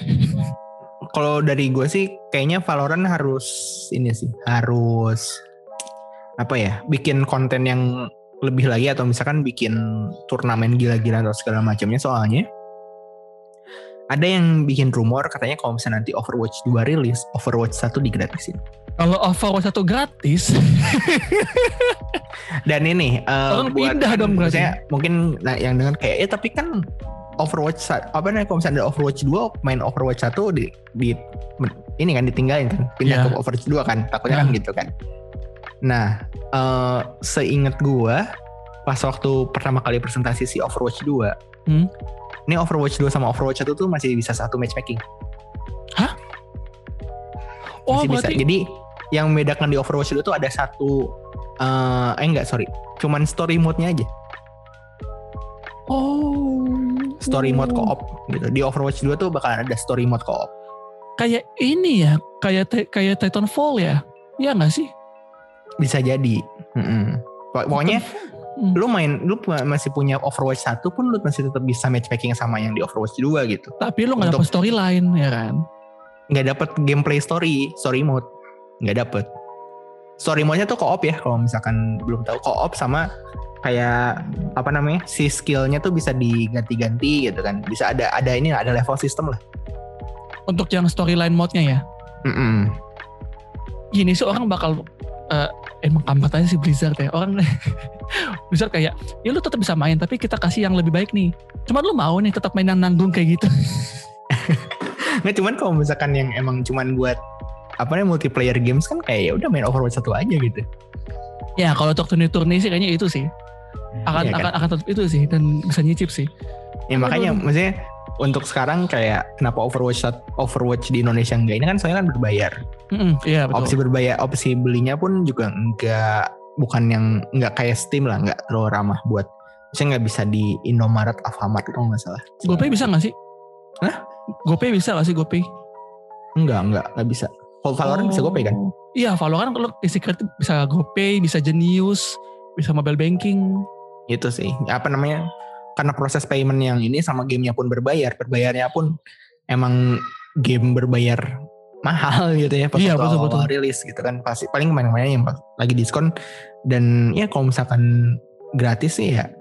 Kalau dari gue sih kayaknya Valorant harus ini sih, harus apa ya, bikin konten yang lebih lagi atau misalkan bikin turnamen gila-gilaan atau segala macamnya, soalnya ada yang bikin rumor katanya kalau misalnya nanti Overwatch dua rilis, Overwatch satu digratisin. Kalau Overwatch satu gratis, dan ini uh, orang buat pindah dong berarti. maksudnya mungkin nah, yang dengan kayak ya tapi kan Overwatch sa- apa namanya kalau misalnya ada Overwatch dua, main Overwatch satu di, di ini kan ditinggalin kan, pindah Yeah. ke Overwatch dua kan, takutnya Yeah. kan gitu kan. Nah, uh, seingat gua pas waktu pertama kali presentasi si Overwatch dua, Hmm? ini Overwatch dua sama Overwatch satu tuh masih bisa satu matchmaking. Hah? Oh, Masih bisa. berarti Jadi yang membedakan di Overwatch dua tuh ada satu uh, eh enggak sorry, cuman story mode-nya aja. oh. Story mode co-op gitu. Di Overwatch dua tuh bakalan ada story mode co-op. Kayak ini ya, kayak kayak Titanfall ya. Iya enggak sih? Bisa jadi. Mm-mm. Pokoknya Hmm. lu main, lu masih punya Overwatch satu pun lu masih tetap bisa matchmaking sama yang di Overwatch dua gitu. Tapi lu nggak Untuk- dapet storyline ya kan? Nggak dapet gameplay story, story mode. Nggak dapet. Story mode-nya tuh co-op ya, kalau misalkan belum tahu, co-op sama kayak apa namanya, si skillnya tuh bisa diganti-ganti gitu kan. Bisa ada ada ini ada level system lah. Untuk yang storyline mode-nya ya. Mm-mm. Gini sih orang bakal uh, emang kampat aja sih Blizzard ya. Orang Blizzard kayak ya lu tetap bisa main tapi kita kasih yang lebih baik nih. Cuman lu mau nih tetap main yang nanggung kayak gitu. Nggak, cuman kalau misalkan yang emang cuman buat apa namanya multiplayer games kan kayak ya udah main Overwatch satu aja gitu. Ya kalau untuk turni-turni sih kayaknya itu sih. Akan Iya kan? akan akan tetap itu sih dan bisa nyicip sih. Ya makanya maksudnya untuk sekarang kayak kenapa Overwatch Overwatch di Indonesia enggak, ini kan soalnya kan berbayar. Mm-mm, iya betul. Opsi berbayar, opsi belinya pun juga enggak, bukan yang enggak kayak Steam lah, enggak terlalu ramah buat, misalnya nggak bisa di Indomaret, Alfamart itu nggak salah. GoPay bisa nggak sih? Hah? GoPay bisa nggak sih GoPay? Enggak, enggak, enggak bisa. Kalau Valorant bisa GoPay kan? Iya Valorant kalau di secret bisa GoPay, bisa Genius, bisa mobile banking. Itu sih, apa namanya? Karena proses payment yang ini sama gamenya pun berbayar, berbayarnya pun emang game berbayar mahal gitu ya pas Iya, waktu betul, awal betul. rilis gitu kan, pasti paling main-mainnya yang pas lagi diskon. Dan ya kalau misalkan gratis sih ya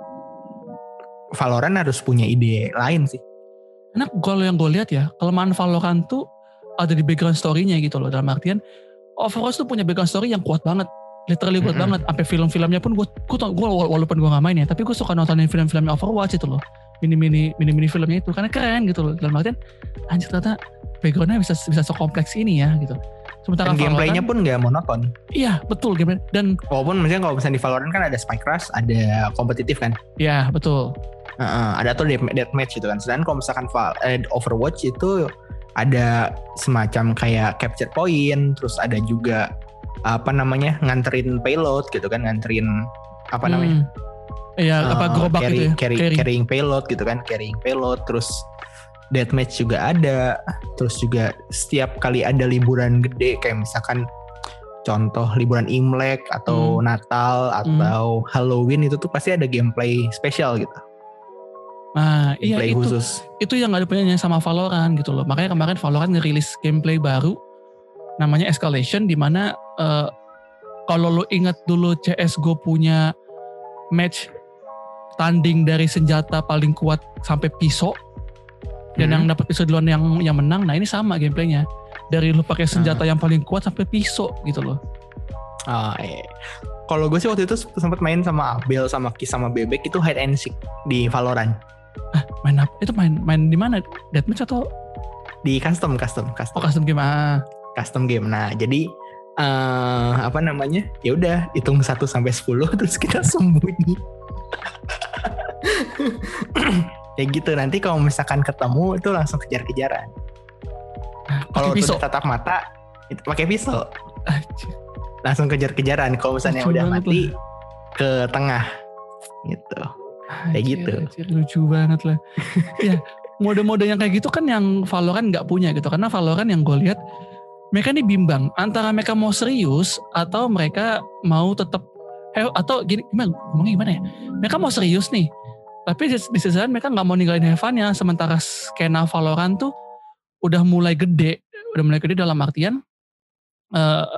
Valorant harus punya ide lain sih. Karena kalau yang gue lihat ya, kelemahan Valorant tuh ada di background story-nya gitu loh. Dalam artian, Overwatch tuh punya background story yang kuat banget. Literally kuat Mm-mm. banget. Sampai film-filmnya pun gue, gue, gue walaupun gue gak main ya, tapi gue suka nontonin film-filmnya Overwatch itu loh. Mini-mini mini-mini filmnya itu. Karena keren gitu loh. Dalam artian, anjir ternyata background-nya bisa bisa sekompleks ini ya gitu. Sementara Dan gameplaynya Valorant- pun nggak monoton. Iya betul gameplay. Dan Walaupun misalnya kalau misalnya di Valorant kan ada Spike Rush, ada kompetitif kan. ya betul. Uh, ada tuh deathmatch gitu kan. Sedangkan kalau misalkan Val- eh, Overwatch itu ada semacam kayak capture point, terus ada juga apa namanya nganterin payload gitu kan, nganterin apa namanya? Hmm. Iya apa Uh, gerobak carry, gitu ya. carry, Carry. carrying payload gitu kan, carrying payload, terus deathmatch juga ada, terus juga setiap kali ada liburan gede kayak misalkan contoh liburan Imlek atau Hmm. Natal atau Halloween, itu tuh pasti ada gameplay spesial gitu, Nah iya gameplay itu. khusus. Itu yang gak ada punyanya sama Valorant gitu loh. Makanya kemarin Valorant ngerilis gameplay baru namanya Escalation, dimana uh, kalau lo ingat dulu C S G O punya match tanding dari senjata paling kuat sampai pisau, dan Hmm. yang dapat pisau duluan yang yang menang. Nah ini sama gameplaynya, dari lo pakai senjata Ah. yang paling kuat sampai pisau gitu loh. Ah, iya. Kalau gue sih waktu itu sempat main sama Abel, sama Kis, sama Bebek itu hide and seek di Valorant. Ah main apa? Itu main main di mana? Deathmatch atau Di custom, custom, oh, custom, custom game? Ah. custom game. Nah, jadi eh apa namanya? Ya udah, hitung satu sampai sepuluh terus kita sembunyi. Kayak gitu. Nanti kalau misalkan ketemu itu langsung kejar-kejaran. Kalau Pakai pisau. udah tatap mata itu pakai pisau. Anjir. Langsung kejar-kejaran. Kalau misalnya Lucu udah banget mati ke tengah gitu. Kayak Anjir, gitu. anjir, lucu banget lah. Ya, mode-mode yang kayak gitu kan yang Valorant nggak punya gitu. Karena Valorant yang gue lihat, mereka ini bimbang antara mereka mau serius atau mereka mau tetap eh, atau gini gimana ngomongnya gimana ya? Mereka mau serius nih, tapi di, di sisi lain mereka nggak mau ninggalin have fun-nya. Sementara skena Valorant tuh udah mulai gede, udah mulai gede dalam artian uh,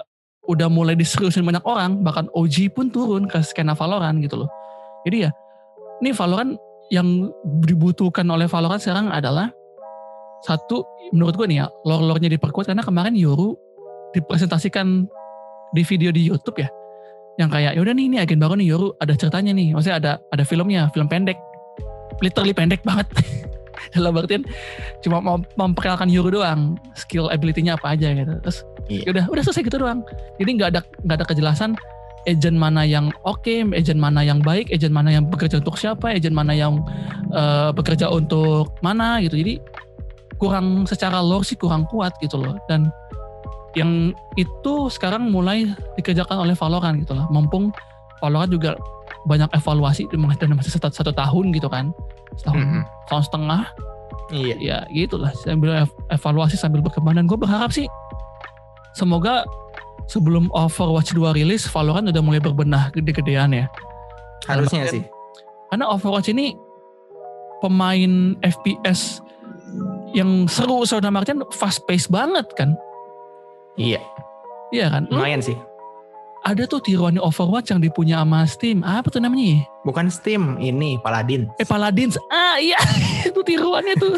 udah mulai diseriusin banyak orang, bahkan O G pun turun ke skena Valorant gitu loh. Jadi ya, ini Valorant yang dibutuhkan oleh Valorant sekarang adalah satu, menurut gue nih ya, lore-lore-nya diperkuat karena kemarin Yoru dipresentasikan di video di YouTube ya, yang kayak yaudah nih ini agen baru nih Yoru, ada ceritanya nih, maksudnya ada ada filmnya, film pendek, literally pendek banget. Dalam artian cuma mau memperkenalkan Yoru doang, skill ability-nya apa aja gitu. Terus Iya. udah udah selesai gitu doang. Jadi nggak ada nggak ada kejelasan agent mana yang oke, okay, agent mana yang baik, agent mana yang bekerja untuk siapa, agent mana yang uh, bekerja untuk mana gitu. Jadi kurang secara lore sih kurang kuat gitu loh. Dan yang itu sekarang mulai dikerjakan oleh Valorant gitu loh. Mumpung Valorant juga banyak evaluasi dan masih satu, satu tahun gitu kan, setahun, Mm-hmm. tahun setengah. Iya. Ya gitulah, sambil evaluasi sambil berkembang. Dan gue berharap sih semoga sebelum Overwatch dua rilis Valorant udah mulai berbenah gede-gedean ya. Harusnya Karena, sih. Karena Overwatch ini pemain F P S yang seru, seru dalam artian fast pace banget kan. Iya. Iya kan. Lu Lumayan sih. ada tuh tiruannya Overwatch yang dipunya sama Steam. Apa tuh namanya? Bukan Steam, ini Paladin. Eh Paladins. Ah iya, itu tiruannya tuh.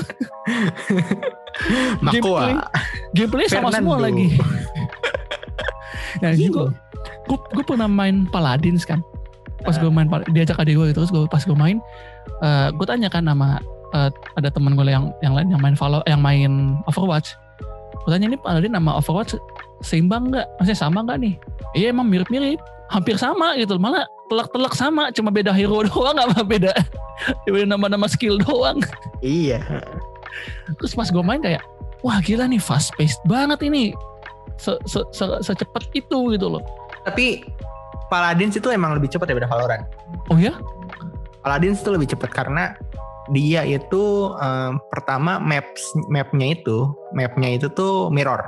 Makua. Gameplay sama Fernando. semua lagi. Nah Iya. juga gue, gue pernah main Paladins kan. Pas gue main, diajak adik gue gitu, terus gue pas gue main, uh, gue tanya kan sama uh, ada teman gue yang yang lain yang main Valo, yang main Overwatch. Gue tanya ini Paladin sama Overwatch seimbang nggak? Maksudnya sama nggak nih? Iya emang mirip-mirip, hampir sama gitu. Malah telak-telak sama, cuma beda hero doang, apa beda beda nama-nama skill doang. Iya. Terus pas gue main kayak, wah gila nih fast paced banget ini, se se se secepat itu gitu loh. Tapi Paladins itu emang lebih cepat daripada Valorant. Oh ya? Paladins itu lebih cepat karena dia itu um, pertama maps mapnya itu mapnya itu tuh mirror.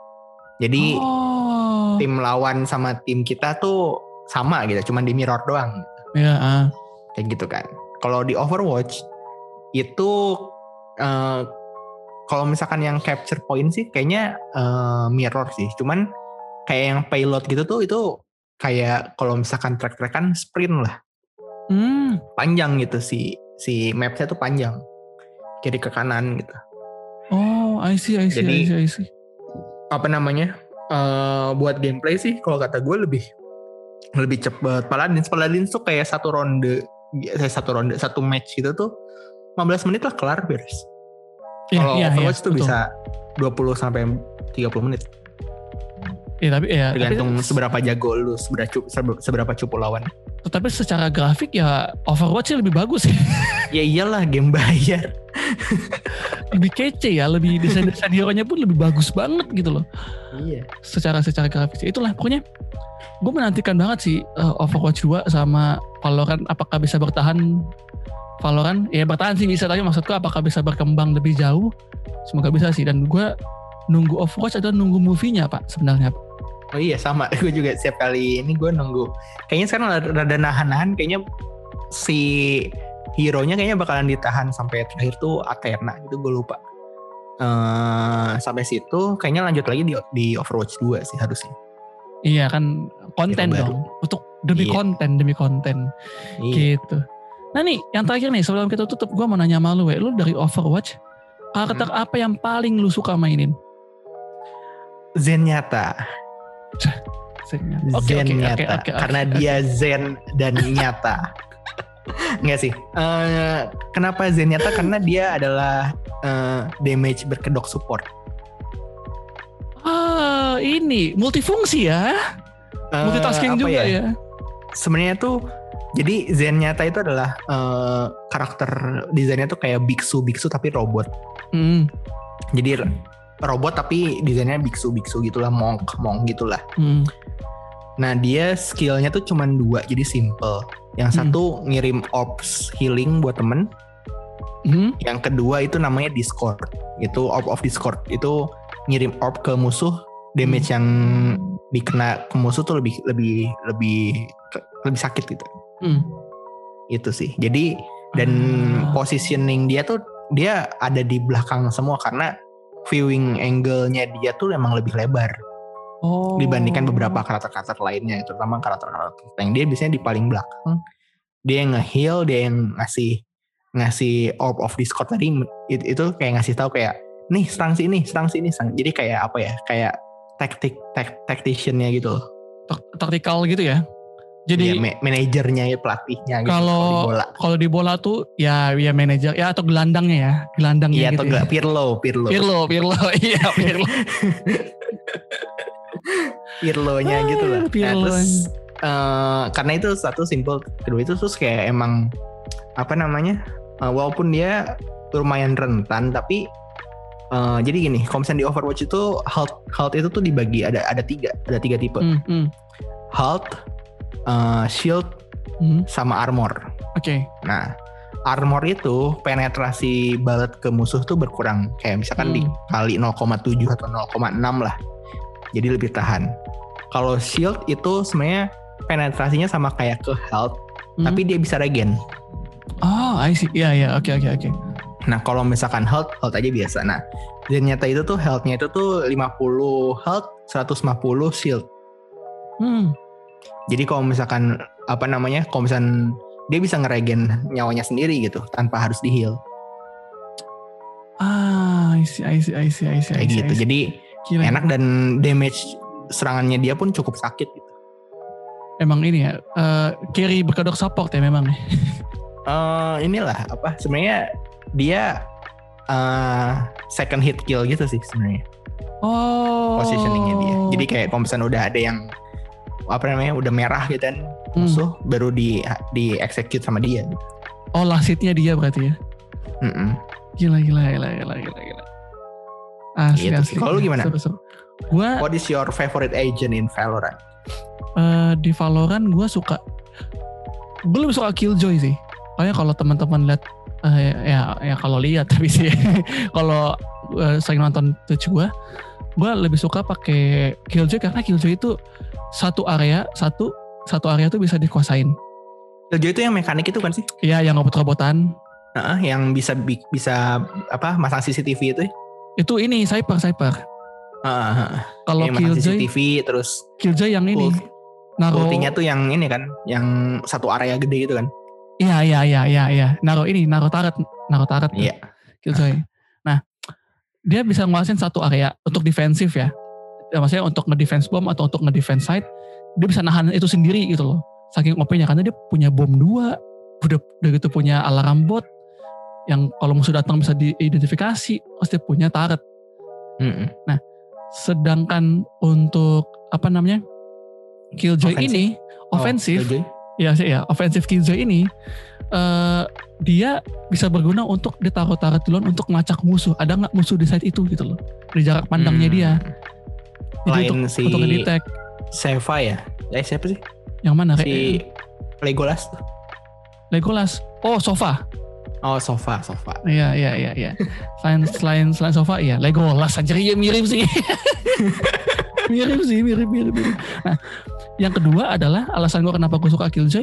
Jadi oh. tim lawan sama tim kita tuh sama gitu, cuman di mirror doang. Ya. Ah. Kayak gitu kan. Kalau di Overwatch itu uh, kalau misalkan yang capture point sih kayaknya uh, mirror sih. Cuman kayak yang payload gitu tuh itu kayak kalau misalkan track-trackan sprint lah. Hmm. Panjang gitu si si mapnya tuh panjang. Kiri ke kanan gitu. Oh, I see, I see, Jadi, I see, I see. Apa namanya? Uh, buat gameplay sih kalau kata gue lebih lebih cepet. Paladins Paladins tuh kayak satu ronde, saya satu ronde, satu match gitu tuh lima belas menit lah kelar beres. Ya, Kalau ya, Overwatch ya, tuh betul. bisa dua puluh sampai tiga puluh menit. Ya, tapi ya Tergantung tapi, seberapa jago lu, seberapa cupu, seberapa cupu lawan. Tapi secara grafik ya Overwatch sih lebih bagus sih. Ya iyalah game bayar. Lebih kece ya, lebih desain-desain hero-nya pun lebih bagus banget gitu loh. Iya. Secara secara grafis. Itulah pokoknya gue menantikan banget sih uh, Overwatch dua sama Valorant, apakah bisa bertahan. Valorant ya bertahan sih bisa, tapi maksudku apakah bisa berkembang lebih jauh. Semoga bisa sih. Dan gue nunggu Overwatch atau nunggu movie-nya Pak sebenarnya. Oh iya sama, gue juga setiap kali ini gue nunggu. Kayaknya sekarang rada nahan-nahan, kayaknya si hero-nya kayaknya bakalan ditahan sampai terakhir tuh Athena gitu, gue lupa. Uh, sampai situ kayaknya lanjut lagi di, di Overwatch dua sih harusnya. Iya kan konten Hero dong. Untuk demi Iya. konten, demi konten. Iya. Gitu. Nah nih, yang terakhir nih sebelum kita tutup, gue mau nanya sama lu, we. Lu dari Overwatch, karakter Hmm. apa yang paling lu suka mainin? Zenyatta. Zen. Oke, oke, Zenyatta. oke, oke, oke. Karena dia zen dan nyata. Enggak sih. Uh, kenapa Zenyatta? Karena dia adalah uh, damage berkedok support. Ah, ini multifungsi ya. Uh, Multitasking apa juga ya. Sebenarnya tuh jadi Zenyatta itu adalah uh, karakter desainnya tuh kayak biksu biksu tapi robot. Hmm. Jadi robot tapi desainnya biksu biksu gitulah, monk monk gitulah. Hmm. Nah dia skillnya tuh cuma dua, jadi simple. Yang Hmm. satu ngirim orbs healing buat temen. Hmm. Yang kedua itu namanya Discord. Itu orb of Discord. Itu ngirim orb ke musuh, damage Hmm. yang dikena ke musuh tuh lebih lebih lebih lebih sakit gitu. Hmm. Itu sih. Jadi dan Ah. positioning dia tuh dia ada di belakang semua karena viewing angle-nya dia tuh emang lebih lebar. Oh. dibandingkan beberapa karakter-karakter lainnya, terutama karakter-karakter yang dia biasanya di paling belakang. Dia yang nge-heal, dia yang ngasih ngasih orb of discord tadi, itu, itu kayak ngasih tahu kayak nih serang sini, serang sini, serang. Jadi kayak apa ya? Kayak taktik tak, tactician-nya gitu loh. Taktikal gitu ya. Jadi ya, ma- manajernya ya, pelatihnya gitu. Kalau kalau di bola tuh ya ya manajer ya atau gelandangnya ya, gelandangnya iya, gitu. Iya, atau ya. Pirlo, Pirlo. Pirlo, Pirlo, iya Pirlo. Pirlo-nya gitu lah. Pirlo. Nah, terus uh, karena itu satu simpel, kedua itu terus kayak emang apa namanya? Uh, walaupun dia lumayan rentan, tapi uh, jadi gini, kalau misalnya di Overwatch itu health health itu tuh dibagi ada ada tiga, ada tiga tipe. Hmm, hmm. Health, uh, shield, hmm. sama armor. Oke. Okay. Nah, armor itu penetrasi bullet ke musuh tuh berkurang. Kayak misalkan hmm. dikali nol koma tujuh atau nol koma enam lah. Jadi lebih tahan. Kalau shield itu sebenarnya penetrasinya sama kayak ke health, hmm. tapi dia bisa regen. Oh, I see. Iya, iya. Oke, oke, oke. Nah, kalau misalkan health, health aja biasa. Nah, ternyata itu tuh health-nya itu tuh lima puluh health, seratus lima puluh shield. Hmm. Jadi kalau misalkan apa namanya, kalau misalkan dia bisa ngeregen nyawanya sendiri gitu tanpa harus di heal. Ah, I see, I see, I see, I see. Kayak I see, gitu. I see. Jadi gila, enak dan damage serangannya dia pun cukup sakit gitu. Emang ini ya, uh, carry berkedok support ya memang. uh, inilah apa sebenarnya dia uh, second hit kill gitu sih sebenarnya. Oh. Positioningnya dia. Jadi kayak kalau misalnya udah ada yang apa namanya udah merah gitu kan musuh hmm. baru di di execute sama dia. Oh, last hit-nya dia berarti ya. Mm-mm. Gila gila gila gila gila gila. Asli gitu. asli. Kalau lu gimana? Seru, seru. Gua What is your favorite agent in Valorant? Uh, di Valorant gue suka, gue lebih suka Killjoy sih. Soalnya kalau teman-teman lihat, uh, ya, ya, ya kalau lihat tapi sih, kalau uh, sering nonton Twitch gue, gue lebih suka pakai Killjoy karena Killjoy itu satu area, satu satu area tuh bisa dikuasain. Killjoy itu yang mekanik itu kan sih? Iya, yang robot-robotan. Uh, yang bisa bisa apa masang C C T V itu? Itu ini Cypher Cypher. Uh, kalau Killjoy C C T V terus Killjoy yang ini. Naro ultinya tuh yang ini kan, yang satu area gede gitu kan? Iya iya iya iya iya. Naro ini, naro turret, naro turret. Iya. Killjoy. Nah, dia bisa nguasain satu area untuk defensif ya. Ya maksudnya untuk nge-defense bomb atau untuk nge-defense site, dia bisa nahan itu sendiri gitu loh. Saking O P-nya karena dia punya bom dua, udah udah gitu punya alarm bot yang kalau musuh datang bisa diidentifikasi, pasti punya turret. Mm-hmm. Nah, sedangkan untuk apa namanya? Killjoy offensive. Ini ofensif, oh, ya sih ya, ofensif Killjoy ini uh, dia bisa berguna untuk ditaruh turret duluan untuk ngelacak musuh. Ada nggak musuh di site itu gitu loh, di jarak pandangnya hmm. dia. Jadi lain untuk, si untuk ngedetect. Seva ya? Eh siapa sih? Yang mana? Si Legolas. Legolas. Oh, Sova. Oh, Sova, Sova. Iya, iya, iya, iya. Selain selain selain Sova, iya Legolas. Anjir, ya mirip sih. mirip sih, mirip, mirip, mirip. Nah, yang kedua adalah alasan gue kenapa gue suka Killjoy.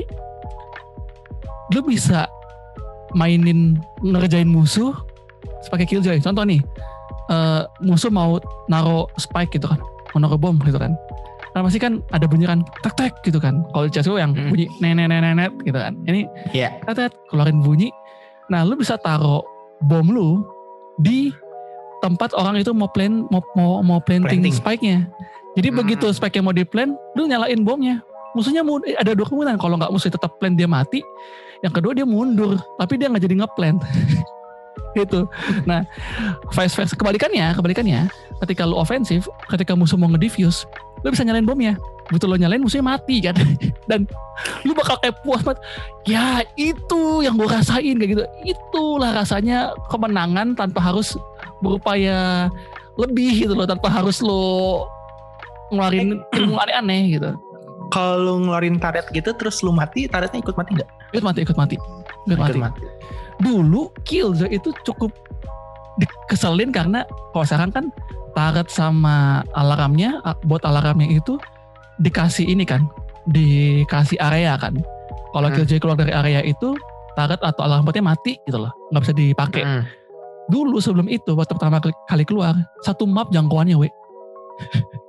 Lu bisa mainin ngerjain musuh pakai Killjoy. Contoh nih, uh, musuh mau naro spike gitu kan, mau naro bom gitu kan. Karena pasti kan ada bunyi kan, tek tek gitu kan. Kalau di C S G O yang hmm. bunyi nenet nenet gitu kan. Ini yeah. tek tek keluarin bunyi. Nah, lu bisa taro bom lu di tempat orang itu mau plan mau mau, mau planting, planting. spike-nya. Jadi hmm. begitu spike yang mau di-plan, lu nyalain bomnya. Musuhnya ada dua kemungkinan. Kalau nggak musuh tetap plan dia mati. Yang kedua dia mundur, tapi dia nggak jadi nge-plan. Gitu. Nah, vice versa. Kebalikannya, kebalikannya, ketika lu ofensif, ketika musuh mau nge-defuse, lu bisa nyalain bomnya. Begitu lu nyalain, musuhnya mati kan. Dan lu bakal kayak puas banget. Ya itu yang gue rasain kayak gitu. Itulah rasanya kemenangan tanpa harus berupaya lebih gitu loh, tanpa harus lo ngeluarin ilmu aneh-aneh gitu. Kalau lu ngeluarin turret gitu terus lu mati, turretnya ikut mati nggak? Ikut mati, ikut mati, ikut mati. mati. Dulu Killjoy itu cukup dikeselin karena kalau sekarang kan turret sama alarmnya, bot alarmnya itu dikasih ini kan, dikasih area kan. Kalau hmm. Killjoy keluar dari area itu, turret atau alarm botnya mati gitu loh, nggak bisa dipakai. Hmm. Dulu sebelum itu waktu pertama kali keluar, satu map jangkauannya we.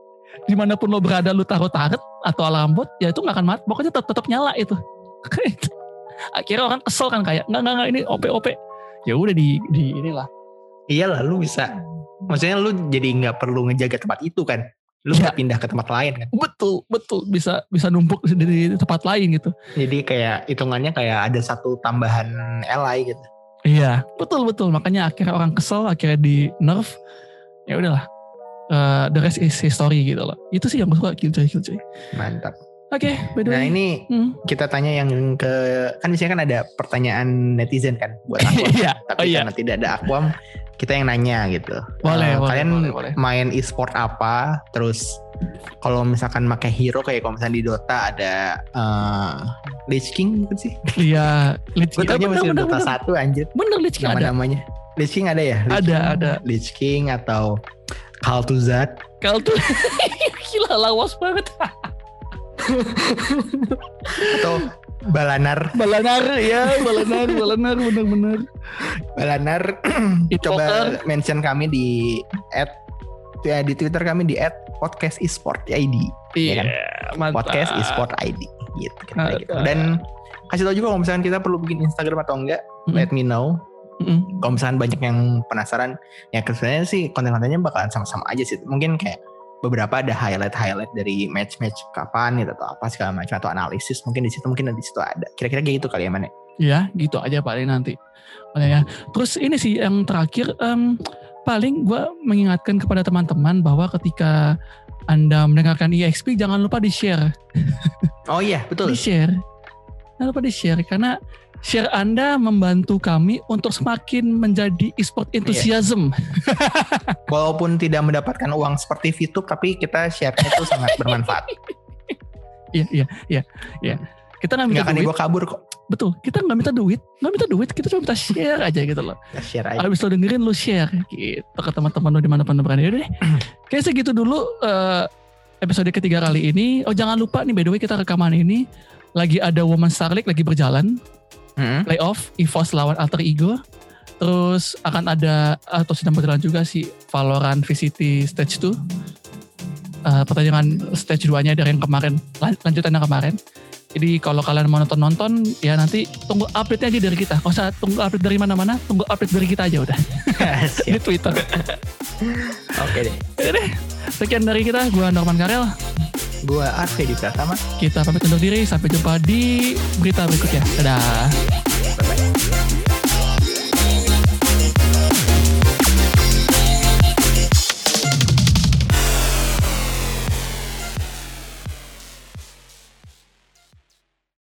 dimanapun lo berada lu taruh turret atau alarm bot, ya itu nggak akan mati, pokoknya tetap, tetap nyala itu. Akhirnya orang kesel kan kayak nggak nggak nggak ini O P O P. Ya udah di di inilah. Iyalah lu bisa, maksudnya lu jadi nggak perlu ngejaga tempat itu kan, lu Ya. bisa pindah ke tempat lain kan. Betul betul bisa bisa numpuk di, di tempat lain gitu. Jadi kayak hitungannya kayak ada satu tambahan ally gitu. Iya betul betul, makanya akhirnya orang kesel, akhirnya di nerf. Ya udahlah, uh, the rest is history gitu loh. Itu sih yang gue suka, Killjoy Killjoy. Mantap. Oke, by the Nah way. ini Hmm. kita tanya yang ke, kan biasanya kan ada pertanyaan netizen kan buat Aquam. Iya, Tapi oh iya. karena tidak ada Aquam, kita yang nanya gitu. Boleh, Eh, boleh, Kalian boleh, boleh. main e-sport apa? Terus kalau misalkan pakai hero kayak kalau misalnya di Dota ada uh, Lich King gitu sih. Iya, Lich Gue King. tanya Ah, bener, masih bener, Dota bener. satu anjir. Bener, Lich King ada. Nama-namanya. Lich King ada ya? Lich Ada, King, ada. Lich King atau Kaltuzat. Kalau tuh gila lawas banget. Atau Balanar. Balanar ya, Balanar, Balanar bener-bener. Balanar. Coba Invoker. mention kami di at ya, di Twitter kami di at podcast esport I D. Iya, kan? mantap. Podcast esport I D gitu, kira-kira gitu. Mantap. Dan kasih tahu juga kalau misalkan kita perlu bikin Instagram atau enggak, Mm-mm. let me know. Mm-mm. Kalau misalkan banyak yang penasaran, ya sebenarnya sih konten-kontennya bakalan sama-sama aja sih. Mungkin kayak beberapa ada highlight-highlight dari match-match kapan gitu atau apa segala macam atau analisis, mungkin di situ mungkin di situ ada. Kira-kira kayak gitu kali ya, Man. Ya, gitu aja paling nanti. Paling ya. Terus ini sih yang terakhir, em, paling gue mengingatkan kepada teman-teman bahwa ketika Anda mendengarkan E X P jangan lupa di-share. Oh iya, betul. Di-share. Jangan lupa di-share karena share Anda membantu kami untuk semakin menjadi e-sport enthusiasm. Walaupun tidak mendapatkan uang seperti VTube, tapi kita share-nya itu sangat bermanfaat. Iya, iya, iya, iya. Kita nggak minta Nggak akan duit. gue kabur kok. Betul, kita nggak minta duit, nggak minta duit, kita cuma minta share aja gitu loh. Kita share aja. Abis lo dengerin lo share gitu ke teman-teman lo dimanapun lo berada. Yaudah deh, kayaknya segitu dulu eh, episode ketiga kali ini. Oh jangan lupa nih by the way kita rekaman ini lagi ada Women's Star League lagi berjalan, Mm-hmm. playoff E V O S lawan Alter Ego. Terus akan ada atau sedang berjalan juga si Valorant V C T Stage dua. Uh, pertandingan stage dua-nya dari yang kemarin, lan- lanjutan yang kemarin. Jadi kalau kalian mau nonton-nonton, ya nanti tunggu update-nya aja dari kita. Nggak usah tunggu update dari mana-mana, tunggu update dari kita aja udah. Di Siap. Twitter. Oke deh. Ya deh, sekian dari kita. Gua Norman Karel. Gua Arfe di Pratama. Kita pamit undur diri. Sampai jumpa di berita berikutnya. Dadah.